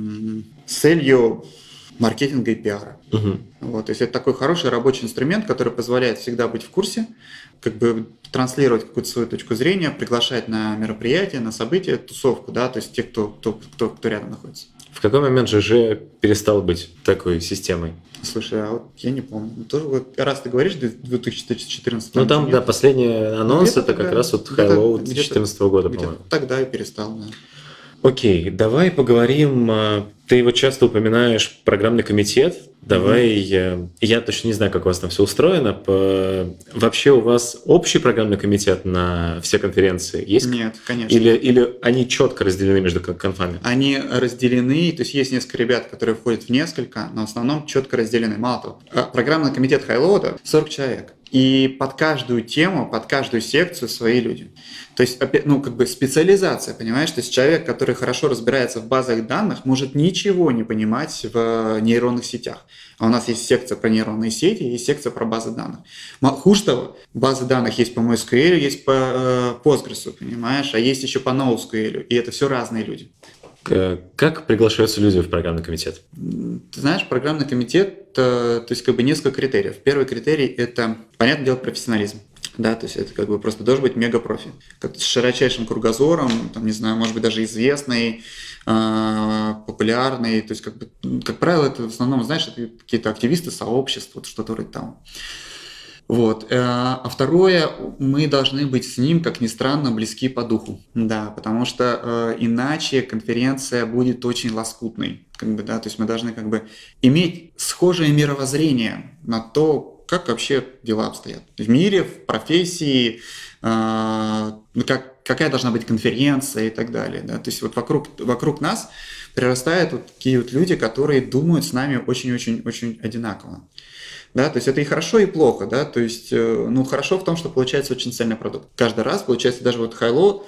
целью маркетинга и пиара. Вот, то есть это такой хороший рабочий инструмент, который позволяет всегда быть в курсе, транслировать какую-то свою точку зрения, приглашать на мероприятия, на события, тусовку, да, то есть те, кто рядом находится. В какой момент ЖЖ перестал быть такой системой? Слушай, а я не помню. Тоже раз ты говоришь 2014 года. Там, да, последний анонс это как раз Hайлоуд 2014 года, по-моему. Тогда и перестал, да. Окей, давай поговорим. Ты часто упоминаешь программный комитет. Давай, я точно не знаю, как у вас там все устроено. Вообще у вас общий программный комитет на все конференции есть? Нет, конечно. Или они четко разделены между конфами? Они разделены, то есть есть несколько ребят, которые входят в несколько, но в основном четко разделены. Мало того, программный комитет Хайлоуда 40 человек. И под каждую тему, под каждую секцию свои люди. То есть, ну, как бы специализация, понимаешь? То есть человек, который хорошо разбирается в базах данных, может ничего не понимать в нейронных сетях. А у нас есть секция про нейронные сети, есть секция про базы данных. Хуже того, базы данных есть по MySQL, есть по Postgres, понимаешь? А есть еще по NoSQL, и это все разные люди. Как приглашаются люди в программный комитет? Ты знаешь, программный комитет, то есть как бы несколько критериев. Первый критерий – это, понятное дело, профессионализм. Да, то есть это как бы просто должен быть мега-профи. Как-то с широчайшим кругозором, там, не знаю, может быть, даже известный, популярный. То есть, как бы, как правило, это в основном, знаешь, это какие-то активисты сообществ, вот что-то вроде того. Вот. А второе, мы должны быть с ним, как ни странно, близки по духу. Да, потому что иначе конференция будет очень лоскутной. Как бы, да, то есть мы должны как бы иметь схожее мировоззрение на то, как вообще дела обстоят. В мире, в профессии, какая должна быть конференция и так далее. Да? То есть вот вокруг нас прирастают вот такие вот люди, которые думают с нами очень-очень-очень одинаково. Да, то есть это и хорошо, и плохо, да, то есть, ну, хорошо в том, что получается очень цельный продукт. Каждый раз получается даже вот High-Low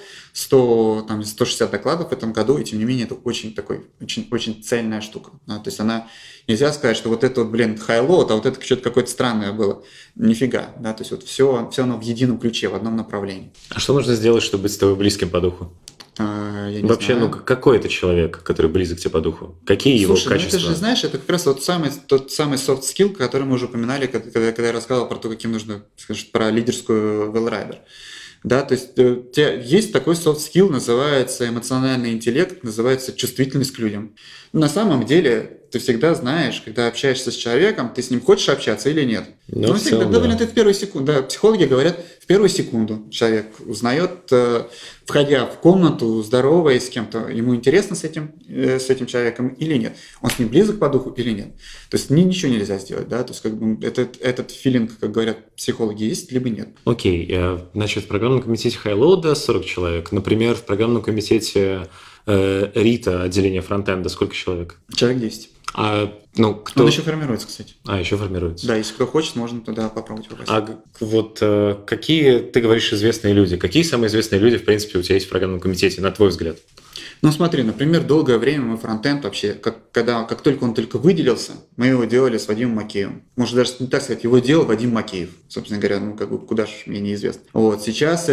160 докладов в этом году, и тем не менее это очень цельная штука. Да, то есть она, нельзя сказать, что вот это вот, High-Low, а вот это что-то какое-то странное было. Нифига, да, то есть вот все оно в едином ключе, в одном направлении. А что нужно сделать, чтобы быть с тобой близким по духу? Я не Вообще, знаю. Ну, какой это человек, который близок тебе по духу? Какие его качества? Ну, ты же знаешь, это как раз тот самый soft skill, который мы уже упоминали, когда я рассказывал про то, каким нужно, скажем, про лидерскую well-rider. Да, то есть есть такой soft skill, называется эмоциональный интеллект, называется чувствительность к людям. На самом деле, ты всегда знаешь, когда общаешься с человеком, ты с ним хочешь общаться или нет. Ну, всегда довольно ты в первую секунду. Да, психологи говорят, в первую секунду человек узнает, входя в комнату, здороваясь с кем-то, ему интересно с этим человеком или нет. Он с ним близок по духу или нет. То есть ничего нельзя сделать, да, то есть как бы этот филинг, как говорят психологи, есть либо нет. Окей, значит, в программном комитете High-Low 40 человек. Например, в программном комитете Рита, отделение фронтенда, сколько человек? Человек 10. Кто... Он еще формируется, кстати. Еще формируется. Да, если кто хочет, можно туда попробовать попасть. Какие, ты говоришь, известные люди? Какие самые известные люди, в принципе, у тебя есть в программном комитете, на твой взгляд? Ну смотри, например, долгое время мы фронтенд вообще, как только он выделился, мы его делали с Вадимом Макеевым. Может даже не так сказать, его делал Вадим Макеев, собственно говоря, куда же мне неизвестно. Вот, сейчас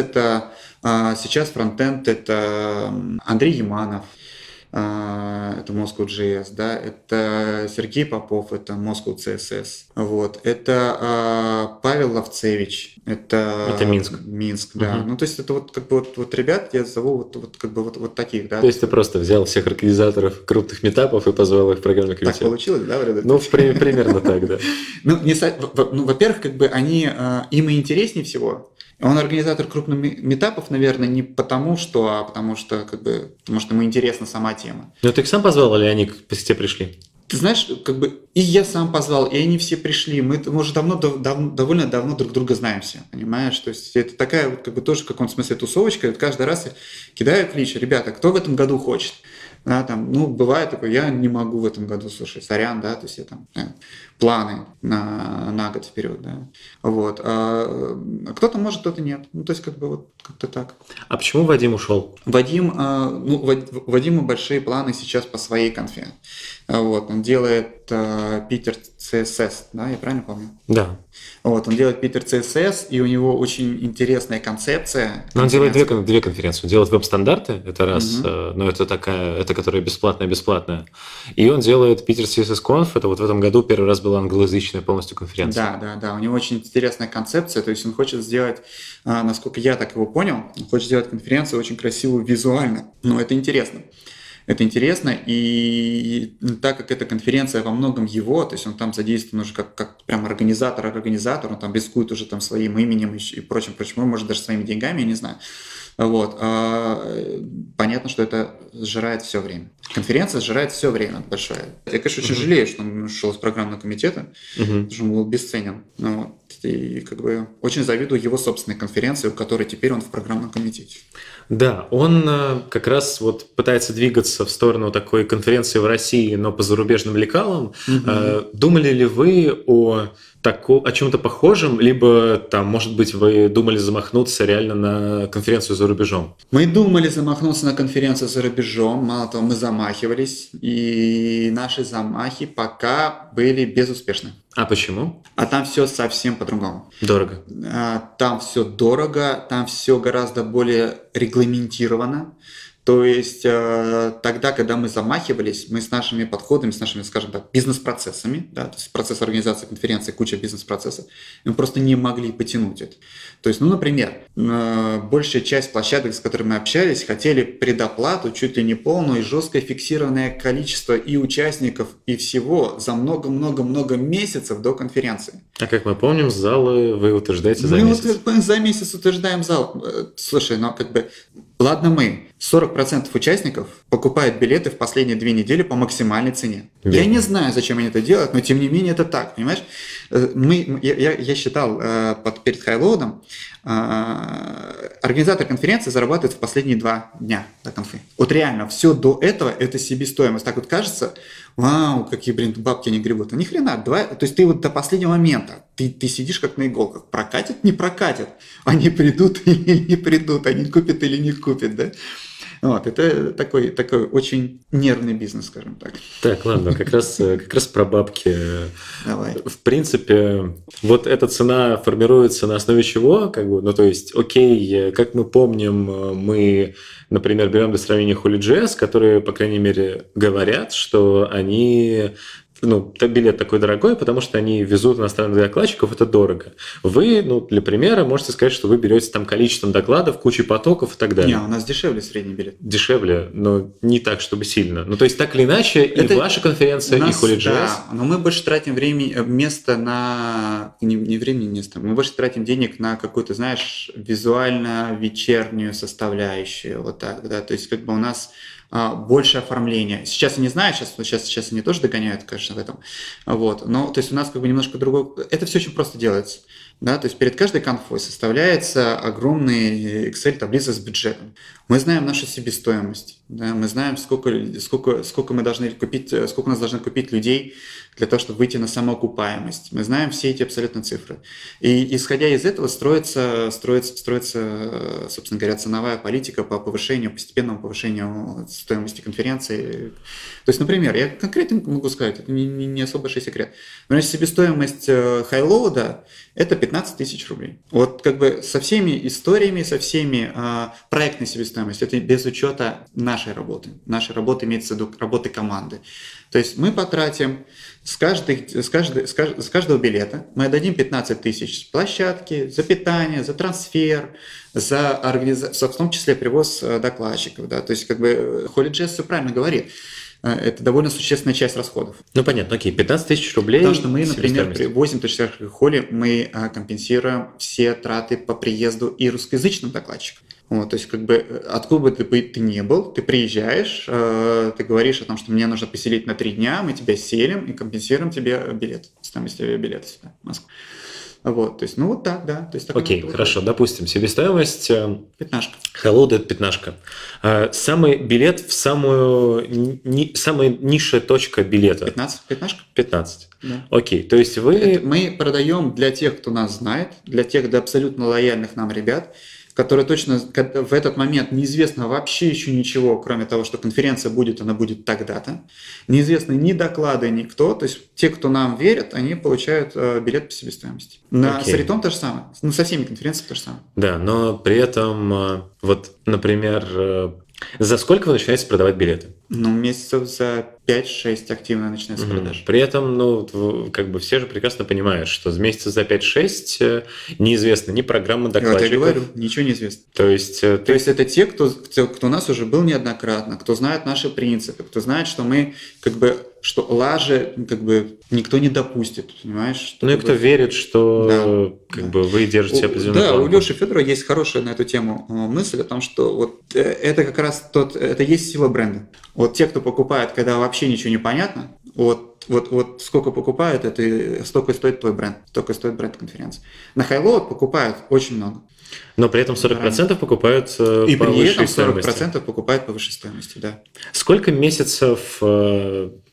фронтенд это Андрей Яманов, это Moscow.js, да, это Сергей Попов, это Moscow CSS, вот, это Павел Ловцевич, это Минск, да. Угу. Ну, то есть это вот ребят я зову вот таких, да. То есть ты просто взял всех организаторов крупных митапов и позвал их в программный комитет? Так получилось, да, вроде? Ну, примерно так, да. Во-первых, им и интереснее всего. Он организатор крупных митапов, наверное, не потому что ему интересна сама тема. Но ты их сам позвал, или они к тебе пришли? Ты знаешь, и я сам позвал, и они все пришли. Мы уже довольно давно друг друга знаем все, понимаешь? То есть это такая тоже в каком-то смысле тусовочка. Каждый раз я кидаю клич: ребята, кто в этом году хочет? Да, бывает такое, я не могу в этом году, слушай, сорян, да, то есть я планы на год вперед, да, вот. Кто-то может, кто-то нет, то есть как-то так. А почему Вадим ушел? Вадиму большие планы сейчас по своей конфе. Вот, он делает Питер CSS, да, я правильно помню? Да. Вот, он делает Питер CSS, и у него очень интересная концепция. Но он делает две конференции. Он делает веб-стандарты, это раз, но это которая бесплатная. И он делает Питер CSS Conf, это вот в этом году первый раз была англоязычная полностью конференция. Да, у него очень интересная концепция, то есть он хочет сделать, насколько я так его понял, он хочет сделать конференцию очень красивую визуально, но это интересно. Это интересно, и так как эта конференция во многом его, то есть он там задействован уже как прям организатор, он там рискует уже там своим именем и прочим, может даже своими деньгами, я не знаю. Вот. Понятно, что это сжирает все время. Конференция сжирает все время большое. Я, конечно, очень жалею, что он ушел из программного комитета, потому что он был бесценен. И очень завидую его собственной конференции, у которой теперь он в программном комитете. Да, он как раз пытается двигаться в сторону такой конференции в России, но по зарубежным лекалам. Думали ли вы о о чем-то похожем, либо там, может быть, вы думали замахнуться реально на конференцию за рубежом? Мы думали замахнуться на конференцию за рубежом, мало того, мы замахивались, и наши замахи пока были безуспешны. А почему? А там все совсем по-другому. Дорого. Там все дорого, там все гораздо более регламентировано. То есть тогда, когда мы замахивались, мы с нашими подходами, с нашими, скажем так, бизнес-процессами, да, то есть процесс организации конференции, куча бизнес-процессов, мы просто не могли потянуть это. То есть, например, большая часть площадок, с которыми мы общались, хотели предоплату чуть ли не полную и жесткое фиксированное количество и участников, и всего за много-много-много месяцев до конференции. А как мы помним, залы вы утверждаете за месяц. Мы за месяц утверждаем зал. Слушай, ладно мы, 40% участников покупают билеты в последние 2 недели по максимальной цене. Верно. Я не знаю, зачем они это делают, но тем не менее это так, понимаешь? Я считал перед хайлоудом, организатор конференции зарабатывает в последние 2 дня до конфы. Вот реально, все до этого это себестоимость. Так вот кажется, вау, какие, бабки они гребут. А ни хрена, то есть ты вот до последнего момента, ты сидишь как на иголках. Прокатит, не прокатит. Они придут или не придут, они купят или не купят, да? Вот, это такой очень нервный бизнес, скажем так. Так, ладно, как раз про бабки. Давай. В принципе, вот эта цена формируется на основе чего? То есть, окей, как мы помним, мы, например, берем для сравнения Holy.js, которые, по крайней мере, говорят, что они... билет такой дорогой, потому что они везут иностранных докладчиков, это дорого. Вы, для примера, можете сказать, что вы берете там количеством докладов, кучей потоков и так далее. Не, у нас дешевле средний билет. Дешевле, но не так, чтобы сильно. То есть, так или иначе, и ваша конференция, и Holy.js. Да, но мы больше тратим место на... Не времени, место. Мы больше тратим денег на какую-то, знаешь, визуально-вечернюю составляющую. Вот так, да. То есть, у нас больше оформления. Сейчас я не знаю, сейчас они тоже догоняют, конечно, в этом. Вот. Но то есть у нас немножко другой... Это все очень просто делается. Да? То есть перед каждой конфой составляется огромный Excel-таблица с бюджетом. Мы знаем нашу себестоимость. Да? Мы знаем, сколько мы должны купить, сколько у нас должны купить людей для того, чтобы выйти на самоокупаемость. Мы знаем все эти абсолютно цифры. И исходя из этого строится, собственно говоря, ценовая политика по постепенному повышению стоимости конференции. То есть, например, я конкретно могу сказать, это не особо большой секрет. Например, себестоимость хайлоуда – это 15 тысяч рублей. Вот со всеми историями, со всеми проектной себестоимостью, это без учета нашей работы. Нашей работы имеется в виду работы команды. То есть мы потратим с каждого билета, мы отдадим 15 тысяч с площадки, за питание, за трансфер, за организацию, в том числе привоз докладчиков. Да? То есть Holy.js все правильно говорит. Это довольно существенная часть расходов. Понятно, окей, 15 тысяч рублей. Потому что мы, например, при 8 тысяч холле мы компенсируем все траты по приезду и русскоязычным докладчикам. Вот, то есть, откуда бы ты ни был, ты приезжаешь, ты говоришь о том, что мне нужно поселить на 3 дня, мы тебя селим и компенсируем тебе билет, стоимость билета сюда, в Москву. Вот, то есть, так, да. То есть, окей, хорошо, допустим, себестоимость... Пятнашка. Hello, это 15. Самый билет в самая низшая точка билета. 15? Пятнашка? 15. Да. Окей, то есть мы продаем для тех, кто нас знает, для тех, для абсолютно лояльных нам ребят, которые точно в этот момент неизвестно вообще еще ничего, кроме того, что конференция будет, она будет тогда-то. Неизвестны ни доклады, никто. То есть те, кто нам верят, они получают билет по себестоимости. На Саритон то же самое. Со всеми конференциями то же самое. Да, но при этом, например, за сколько вы начинаете продавать билеты? Месяцев за 5-6 активно начинается продажа. При этом, все же прекрасно понимают, что месяца за 5-6 неизвестно ни программа докладчиков. Я говорю, ничего не известно. То есть это те, кто у нас уже был неоднократно, кто знает наши принципы, кто знает, что мы что лажи никто не допустит, понимаешь? И кто верит, что вы держите определенную планку. Да, у Лёши Федорова есть хорошая на эту тему мысль о том, что это как раз это есть сила бренда. Вот те, кто покупает, когда вообще ничего не понятно, вот сколько покупают, это столько и стоит твой бренд, столько и стоит бренд конференции. На Highload покупают очень много. Но при этом 40% покупают по высшей стоимости. И при этом 40% покупают по высшей стоимости, да. Сколько месяцев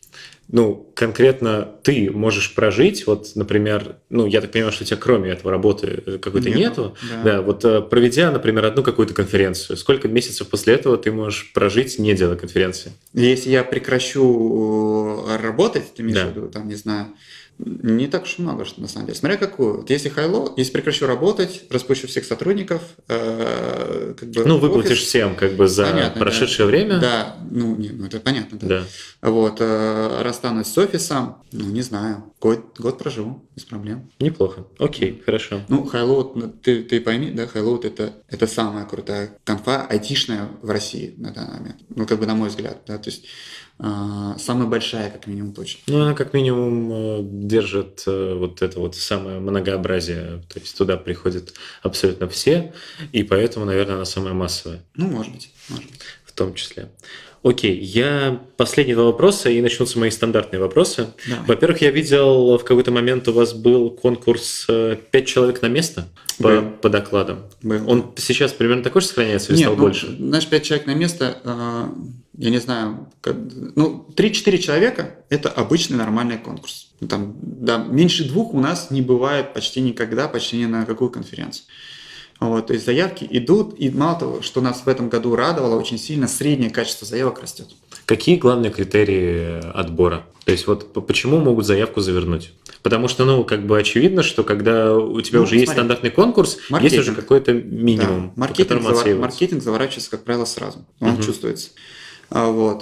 ну, конкретно ты можешь прожить, вот, например, ну, я так понимаю, что у тебя кроме этого работы какой-то нету, да, вот проведя, например, одну какую-то конференцию, сколько месяцев после этого ты можешь прожить, не делая конференции? Если я прекращу работать, ты имеешь в Да. виду, там, не знаю, не так уж и много, что на самом деле. Смотря какую. Вот если хайло, если прекращу работать, распущу всех сотрудников, как бы Ну, в выплатишь офис, всем как бы за понятно, прошедшее время. да, ну, не, ну это понятно, да. Да. Вот, расстанусь с офисом, ну, не знаю, год проживу, без проблем. Неплохо. Окей, хорошо. Ну, Highload, ну, ты пойми, да, Highload это самая крутая конфа айтишная в России на данный момент. Ну, как бы на мой взгляд, да, то есть самая большая, как минимум, точно. Ну, она как минимум держит вот это вот самое многообразие, то есть туда приходят абсолютно все, и поэтому, наверное, она самая массовая Ну, может быть, может быть. в том числе. Окей, я последние два вопроса, и начнутся мои стандартные вопросы. Давай. Во-первых, я видел, в какой-то момент у вас был конкурс 5 человек на место по докладам. Был. Он сейчас примерно такой же сохраняется или Нет, стал ну, больше? знаешь, 5 человек на место, я не знаю, ну, 3-4 человека – это обычный нормальный конкурс. Ну, там, да, меньше 2 у нас не бывает почти никогда, почти ни на какую конференцию. Вот, то есть заявки идут, и мало того, что нас в этом году радовало очень сильно, среднее качество заявок растет. Какие главные критерии отбора? То есть вот почему могут заявку завернуть? Потому что, ну, как бы очевидно, что когда у тебя уже есть стандартный конкурс, есть уже какой-то минимум, да. по которому отсеиваться. Маркетинг заворачивается, как правило, сразу. Он чувствуется. Вот.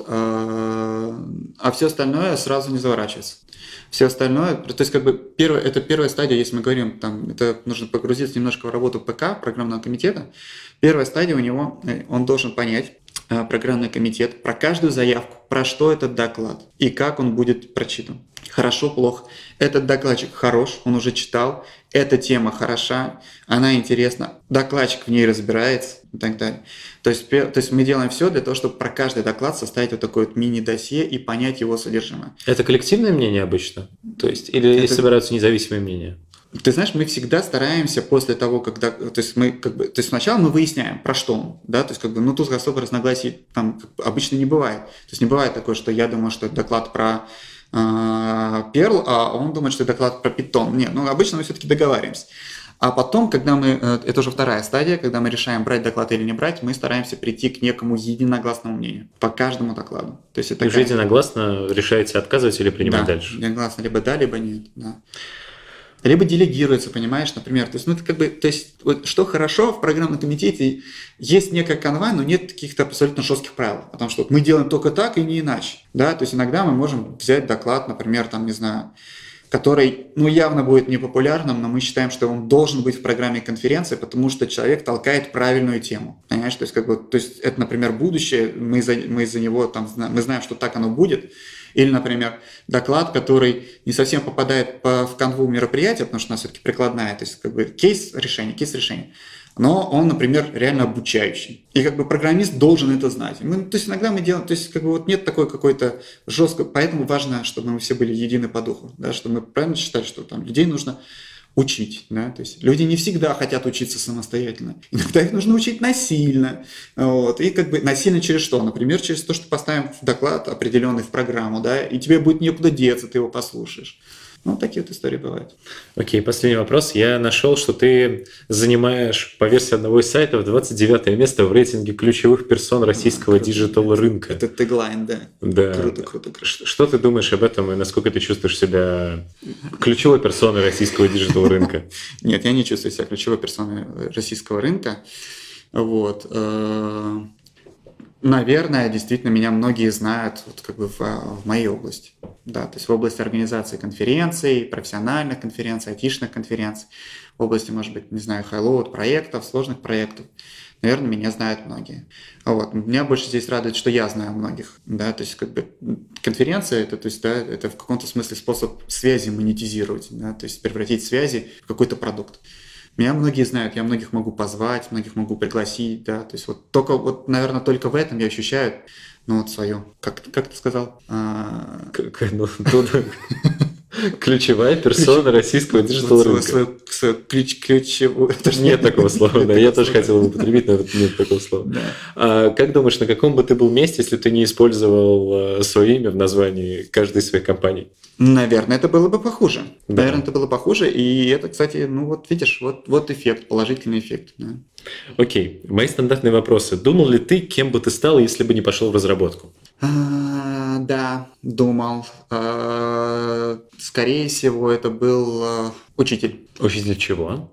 А все остальное сразу не заворачивается. Все остальное, то есть как бы это первая стадия, если мы говорим, там, это нужно погрузиться немножко в работу ПК, программного комитета. Первая стадия у него, он должен понять, программный комитет, про каждую заявку, про что этот доклад и как он будет прочитан. Хорошо, плохо. Этот докладчик хорош, он уже читал, эта тема хороша, она интересна, докладчик в ней разбирается и так далее. То есть мы делаем все для того, чтобы про каждый доклад составить вот такое вот мини-досье и понять его содержимое. Это коллективное мнение обычно? То есть, или собираются независимые мнения? Ты знаешь, мы всегда стараемся после того, когда, то есть мы как бы, то есть сначала мы выясняем, про что он, да, то есть как бы, ну тут особо разногласий там обычно не бывает. То есть не бывает такое, что я думаю, что это доклад про Perl, а он думает, что это доклад про Python. Нет, ну обычно мы все-таки договариваемся. А потом, когда мы, это уже вторая стадия, когда мы решаем, брать доклад или не брать, мы стараемся прийти к некому единогласному мнению по каждому докладу. То есть это Вы же единогласно решаете отказывать или принимать дальше? Единогласно, либо да, либо нет, да. Либо делегируется, понимаешь, например. То есть, ну, это как бы, то есть, вот, что хорошо в программном комитете, есть некая канва, но нет каких-то абсолютно жестких правил. Потому что вот мы делаем только так и не иначе. Да? То есть, иногда мы можем взять доклад, например, там, не знаю, который, ну, явно будет непопулярным, но мы считаем, что он должен быть в программе конференции, потому что человек толкает правильную тему. Понимаешь? То есть, как бы, то есть это, например, будущее, мы за него там, мы знаем, что так оно будет. Или, например, доклад, который не совсем попадает в канву мероприятия, потому что у нас все-таки прикладная, то есть как бы кейс-решение. Но он, например, реально обучающий. И как бы программист должен это знать. То есть иногда мы делаем, то есть как бы вот нет такой какой-то жесткой, поэтому важно, чтобы мы все были едины по духу, да, чтобы мы правильно считали, что там людей нужно учить, да, то есть люди не всегда хотят учиться самостоятельно, иногда их нужно учить насильно, вот, и как бы насильно через что, например, через то, что поставим доклад определенный в программу, да, и тебе будет некуда деться, ты его послушаешь. Ну, такие вот истории бывают. Окей, последний вопрос. Я нашел, что ты занимаешь по версии одного из сайтов 29 место в рейтинге ключевых персон российского диджитал-рынка. Это теглайн, да. Да. Круто. Что ты думаешь об этом и насколько ты чувствуешь себя ключевой персоной российского диджитал-рынка? Нет, я не чувствую себя ключевой персоной российского рынка. Вот. Наверное, действительно, меня многие знают вот как бы в моей области. Да, то есть в области организации конференций, профессиональных конференций, айтишных конференций, в области, может быть, не знаю, хайлоуд проектов, сложных проектов. Наверное, меня знают многие. Вот. Меня больше здесь радует, что я знаю многих. Да, то есть как бы конференция это, то есть, да, это в каком-то смысле способ связи монетизировать, да, то есть превратить связи в какой-то продукт. Меня многие знают, я многих могу позвать, многих могу пригласить, да, то есть вот только, вот, наверное, только в этом я ощущаю, ну, вот свое, как ты сказал? Ключевая персона российского диджитал рынка. Свой ключевой. Нет такого слова, да. Я тоже хотел употребить, но нет такого слова. А как думаешь, на каком бы ты был месте, если ты не использовал свое имя в названии каждой из своих компаний? Наверное, это было бы похуже. Да. Наверное, это было похуже. И это, кстати, ну вот видишь, вот эффект, положительный эффект. Да. Окей. Мои стандартные вопросы. Думал ли ты, кем бы ты стал, если бы не пошел в разработку? Да, думал. Скорее всего, это был учитель. Учитель чего?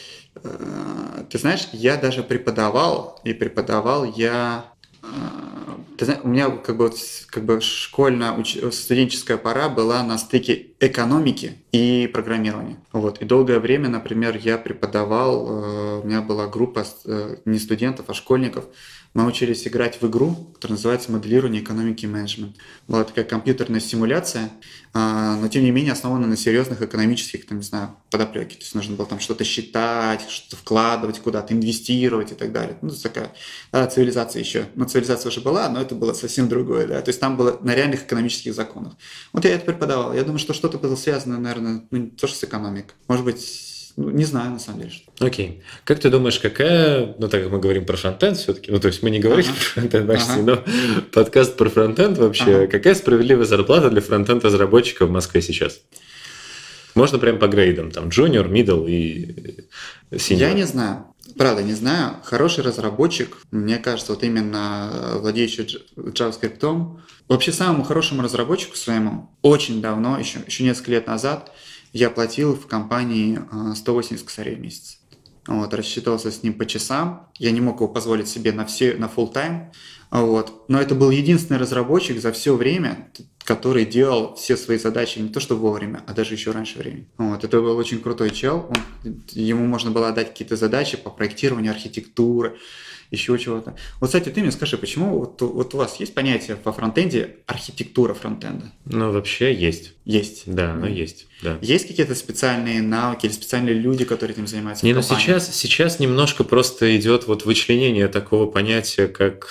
Ты знаешь, я даже преподавал, и преподавал я... Ты знаешь, у меня как бы студенческая пора была на стыке экономики и программирования. Вот. И долгое время, например, я преподавал, у меня была группа не студентов, а школьников. Мы учились играть в игру, которая называется «Моделирование экономики и менеджмент». Была такая компьютерная симуляция, но тем не менее основана на серьезных экономических, там, не знаю, подоплеке. То есть нужно было там что-то считать, что-то вкладывать куда-то, инвестировать и так далее. Ну, такая цивилизация еще. Но цивилизация уже была, но это было совсем другое. Да? То есть там было на реальных экономических законах. Вот я это преподавал. Я думаю, что что-то было связано, наверное, тоже с экономикой. Может быть, не знаю, на самом деле. Окей. Как ты думаешь, какая, ну так как мы говорим про фронтенд все-таки, ну то есть мы не говорим про фронтенд почти, но подкаст про фронтенд вообще, какая справедливая зарплата для фронтенд-разработчика в Москве сейчас? Можно прям по грейдам, там, junior, middle и senior. Я не знаю. Правда, не знаю. Хороший разработчик, мне кажется, вот именно владеющий JavaScript, вообще самому хорошему разработчику своему, очень давно, еще несколько лет назад, я платил в компании 180 косарей в месяц. Вот, рассчитывался с ним по часам. Я не мог его позволить себе на full time. Вот. Но это был единственный разработчик за все время, который делал все свои задачи не то что вовремя, а даже еще раньше времени. Вот. Это был очень крутой чел. Ему можно было отдать какие-то задачи по проектированию архитектуры, еще чего-то. Вот, кстати, ты мне скажи, почему вот у вас есть понятие по фронтенде архитектура фронтенда? Ну, вообще есть. Есть? Да, оно есть. Да. Есть какие-то специальные навыки или специальные люди, которые этим занимаются? Не, ну сейчас немножко просто идет вот вычленение такого понятия, как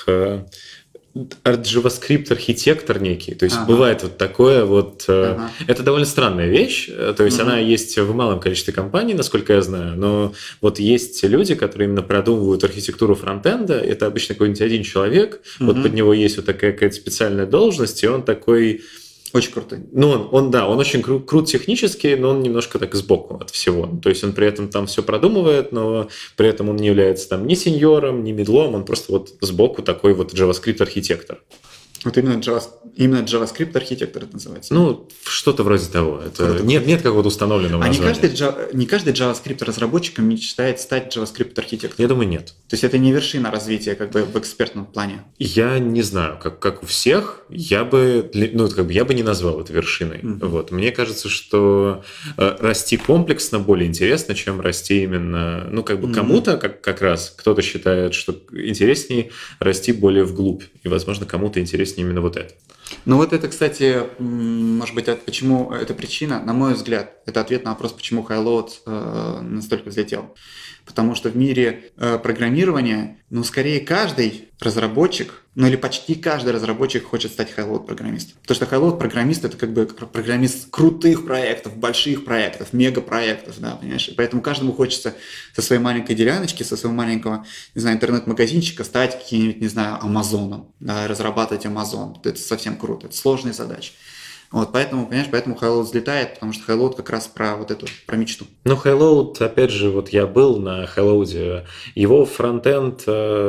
JavaScript архитектор некий. То есть бывает вот такое вот... Это довольно странная вещь. То есть она есть в малом количестве компаний, насколько я знаю. Но вот есть люди, которые именно продумывают архитектуру фронтенда. Это обычно какой-нибудь один человек. Вот под него есть вот такая какая-то специальная должность, и он такой... Очень крутой. Ну, он очень крут технически, но он немножко так сбоку от всего. То есть он при этом там все продумывает, но при этом он не является там ни сеньором, ни мидлом, он просто вот сбоку такой вот JavaScript-архитектор. Вот именно JavaScript архитектор это называется? Ну, что-то вроде того. Это нет какого-то установленного названия. Не каждый JavaScript разработчиком мечтает стать JavaScript архитектором? Я думаю, нет. То есть это не вершина развития как бы в экспертном плане? Я не знаю, как у всех, я бы не назвал это вершиной. Вот. Мне кажется, что расти комплексно более интересно, чем расти именно, кому-то как раз, кто-то считает, что интереснее расти более вглубь, и, возможно, кому-то интереснее именно вот это. Ну вот это, кстати, может быть, почему эта причина, на мой взгляд, это ответ на вопрос, почему Highload настолько взлетел. Потому что в мире программирования, скорее каждый разработчик, или почти каждый разработчик хочет стать Highload программистом. Потому что Highload программист это как бы программист крутых проектов, больших проектов, мегапроектов, да, понимаешь? И поэтому каждому хочется со своей маленькой деляночки, со своего маленького, не знаю, интернет-магазинчика стать каким-нибудь, не знаю, Амазоном, да, разрабатывать Амазон. Это совсем круто, это сложные задачи. Вот, поэтому Highload взлетает, потому что Highload как раз про мечту. Highload, опять же, вот я был на Highload, его фронтенд,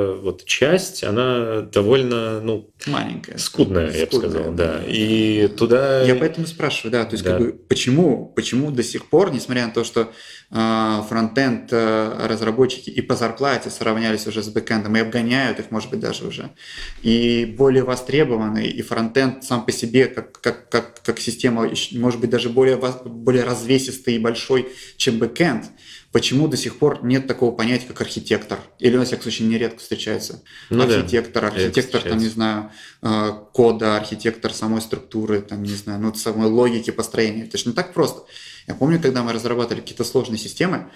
часть, она довольно, маленькая, скудная, я бы сказал, да. И туда... Я поэтому спрашиваю, да, то есть почему до сих пор, несмотря на то, что фронтенд разработчики и по зарплате сравнялись уже с бэкэндом, и обгоняют их, может быть, даже уже, и более востребованный, и фронтенд сам по себе как система, может быть, даже более развесистый и большой, чем бэкэнд. Почему до сих пор нет такого понятия, как архитектор? Или, на всякий случай, нередко встречается. Архитектор, там, не знаю, кода, архитектор самой структуры, там, не знаю, самой логики построения. Это же не так просто. Я помню, когда мы разрабатывали какие-то сложные системы,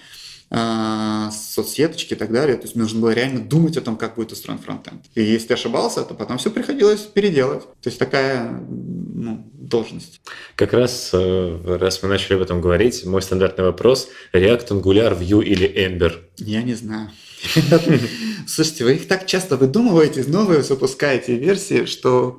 соцсеточки и так далее, то есть нужно было реально думать о том, как будет устроен фронтенд. И если ты ошибался, то потом все приходилось переделать. То есть такая должность. Как раз мы начали об этом говорить, мой стандартный вопрос: React, Angular, Vue или Ember? Я не знаю. Слушайте, вы их так часто выдумываете, новые запускаете версии, что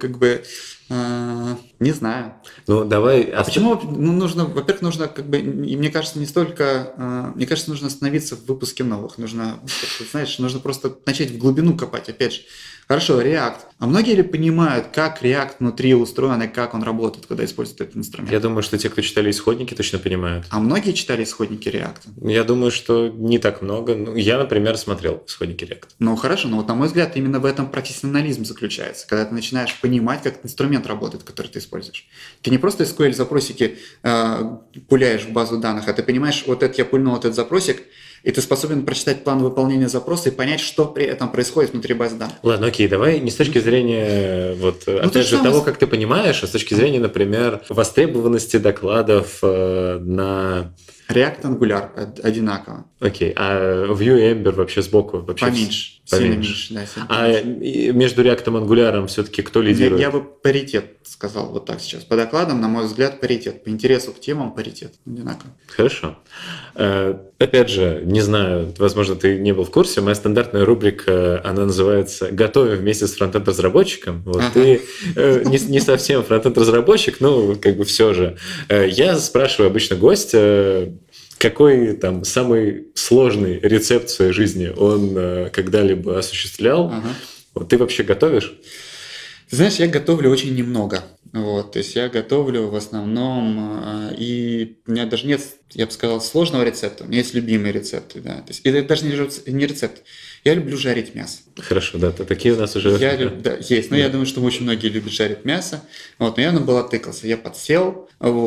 не знаю. Ну, давай... Почему? Нужно, во-первых, нужно и мне кажется, не столько... Мне кажется, нужно остановиться в выпуске новых. Нужно, знаешь, нужно просто начать в глубину копать. Опять же, хорошо, React. А многие ли понимают, как React внутри устроен и как он работает, когда используют этот инструмент? Я думаю, что те, кто читали исходники, точно понимают. А многие читали исходники React? Я думаю, что не так много. Я, например, смотрел исходники React. Ну, хорошо, но вот, на мой взгляд, именно в этом профессионализм заключается, когда ты начинаешь понимать, как инструмент работает, который ты используешь. Ты не просто SQL-запросики пуляешь в базу данных, а ты понимаешь, вот это я пульнул этот запросик, и ты способен прочитать план выполнения запроса и понять, что при этом происходит внутри базы данных. Ладно, окей, давай не с точки зрения, опять же, того, как ты понимаешь, а с точки зрения, например, востребованности докладов на... React, Angular одинаково. Окей, а Vue и Ember вообще сбоку? Вообще поменьше. Сильно меньше, да. А между React и Angular все-таки кто лидирует? Я бы паритет сказал вот так сейчас. По докладам, на мой взгляд, паритет. По интересу к темам паритет. Одинаково. Хорошо. Опять же, не знаю, возможно, ты не был в курсе, моя стандартная рубрика, она называется «Готовим вместе с фронтенд-разработчиком». Вот ты не совсем фронтенд-разработчик, но все же. Я спрашиваю обычно гостя, какой там самый сложный рецепт в своей жизни он когда-либо осуществлял. Вот ты вообще готовишь? Ты знаешь, я готовлю очень немного. То есть я готовлю в основном, и у меня даже нет, я бы сказал, сложного рецепта. У меня есть любимые рецепты, да. То есть это даже не рецепт. Я люблю жарить мясо. Хорошо, да, такие у нас уже... Да, есть, но я думаю, что очень многие любят жарить мясо. Но я натыкался, я подсел,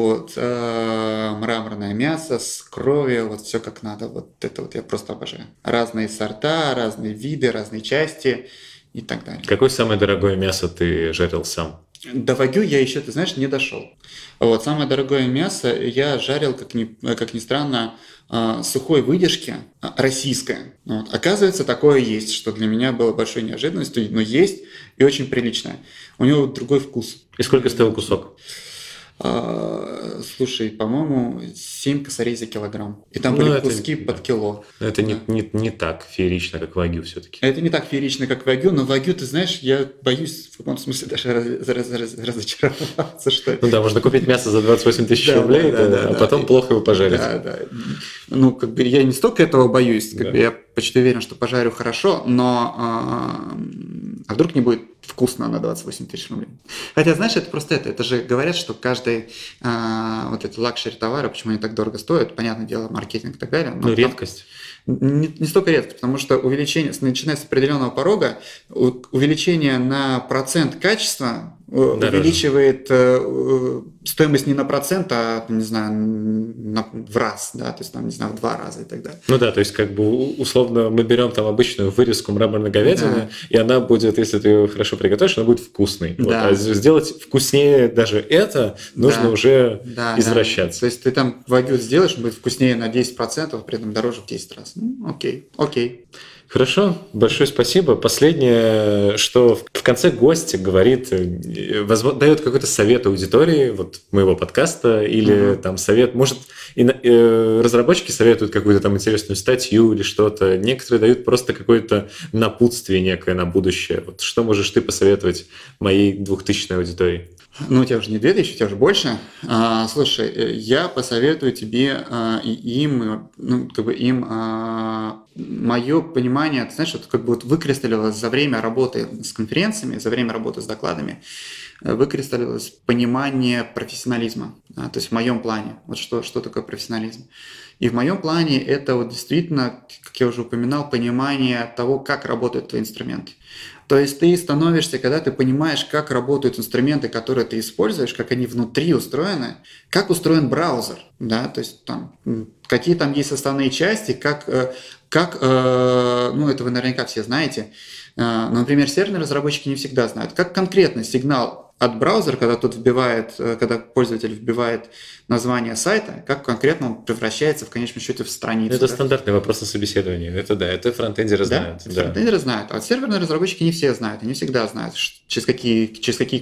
мраморное мясо с кровью, все как надо. Вот это я просто обожаю. Разные сорта, разные виды, разные части и так далее. Какое самое дорогое мясо ты жарил сам? До вагю я еще, ты знаешь, не дошел. Самое дорогое мясо я жарил, как ни странно, сухой выдержки, российское. Оказывается, такое есть, что для меня было большой неожиданностью, но есть и очень приличное. У него другой вкус. И сколько стоил кусок? Слушай, по-моему, 7 косарей за килограммм. И там были куски под кило. Это не так феерично, как вагю все-таки. Это не так феерично, как вагю, но вагю, ты знаешь, я боюсь в каком-ом смысле даже разочароваться, что... Ну да, можно купить мясо за 28 тысяч рублей, а потом плохо его пожарить. Да. Я не столько этого боюсь, я почти уверен, что пожарю хорошо, но а вдруг не будет вкусно на 28 тысяч рублей. Хотя, знаешь, это же говорят, что каждый эти лакшери товары, почему они так дорого стоят, понятное дело, маркетинг и так далее. Но редкость. Не столько редко, потому что увеличение, начиная с определенного порога, увеличение на процент качества увеличивает стоимость не на процент, а, не знаю, в раз, да, то есть, там, не знаю, в 2 раза и так далее. Ну да, то есть, условно, мы берем там обычную вырезку мраморной говядины, и она будет, если ты ее хорошо приготовишь, она будет вкусной. Да. А сделать вкуснее даже это, нужно уже извращаться. То есть, ты там вагю сделаешь, он будет вкуснее на 10%, при этом дороже в 10 раз. Окей. Хорошо, большое спасибо. Последнее, что в конце гость говорит, дает какой-то совет аудитории моего подкаста или там совет, может, разработчики советуют какую-то там интересную статью или что-то, некоторые дают просто какое-то напутствие некое на будущее. Что можешь ты посоветовать моей 2000-й аудитории? У тебя уже не 2000, у тебя уже больше. Слушай, я посоветую тебе и им, мое понимание, ты знаешь, выкристаллилось за время работы с конференциями, за время работы с докладами, выкристаллилось понимание профессионализма. То есть в моем плане. Что такое профессионализм? И в моем плане это действительно, как я уже упоминал, понимание того, как работают твои инструменты. То есть ты становишься, когда ты понимаешь, как работают инструменты, которые ты используешь, как они внутри устроены, как устроен браузер, да, то есть там, какие там есть составные части, это вы наверняка все знаете, но, например, серверные разработчики не всегда знают, как конкретно сигнал от браузера, когда пользователь вбивает название сайта, как конкретно он превращается в конечном счете в страницу. Это стандартный вопрос на собеседовании. Это да, это фронтендеры знают. Да? Фронтендеры знают. А вот серверные разработчики не все знают, они всегда знают, через какие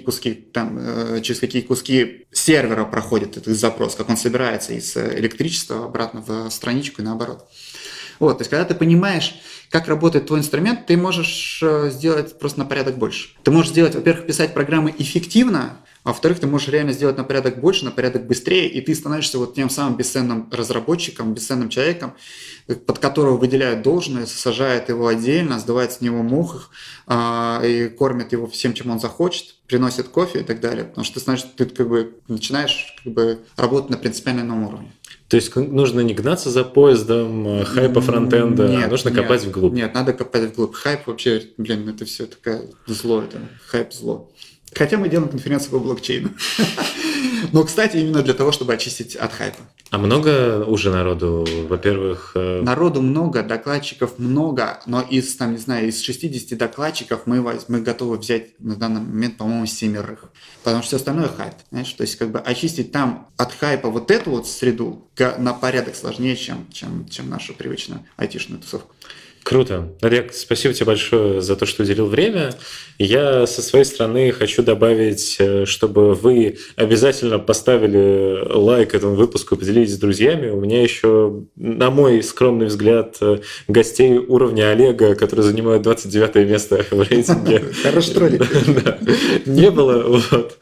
куски сервера проходит этот запрос, как он собирается из электричества обратно в страничку и наоборот. Вот, то есть, когда ты понимаешь, как работает твой инструмент, ты можешь сделать просто на порядок больше. Ты можешь сделать, во-первых, писать программы эффективно, а во-вторых, ты можешь реально сделать на порядок больше, на порядок быстрее, и ты становишься вот тем самым бесценным разработчиком, бесценным человеком, под которого выделяют должное, сажают его отдельно, сдувают с него мух и кормят его всем, чем он захочет, приносят кофе и так далее. Потому что ты начинаешь работать на принципиально ином уровне. То есть нужно не гнаться за поездом хайпа фронтенда, а нужно копать вглубь. Нет, надо копать вглубь. Хайп вообще, это все такое зло, это хайп зло. Хотя мы делаем конференцию по блокчейну. Но, кстати, именно для того, чтобы очистить от хайпа. А много уже народу, во-первых? Народу много, докладчиков много, но из 60 докладчиков мы готовы взять на данный момент, по-моему, 7. Потому что все остальное хайп. Знаешь? То есть очистить там от хайпа вот эту вот среду на порядок сложнее, чем нашу привычную айтишную тусовку. Круто. Олег, спасибо тебе большое за то, что уделил время. Я со своей стороны хочу добавить, чтобы вы обязательно поставили лайк этому выпуску и поделились с друзьями. У меня еще, на мой скромный взгляд, гостей уровня Олега, которые занимают 29 место в рейтинге. Хороший ролик. Не было.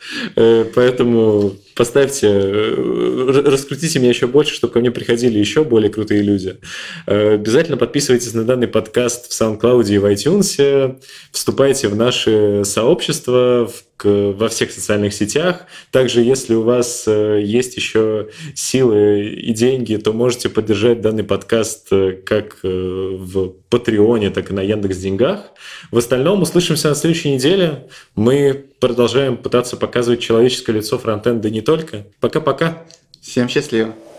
Поэтому поставьте, раскрутите меня еще больше, чтобы ко мне приходили еще более крутые люди. Обязательно подписывайтесь на данный подкаст в SoundCloud и в iTunes. Вступайте в наши сообщества во всех социальных сетях. Также, если у вас есть еще силы и деньги, то можете поддержать данный подкаст как в Патреоне, так и на Яндекс.Деньгах. В остальном услышимся на следующей неделе. Мы продолжаем пытаться показывать человеческое лицо фронтенда не только. Пока-пока. Всем счастливо.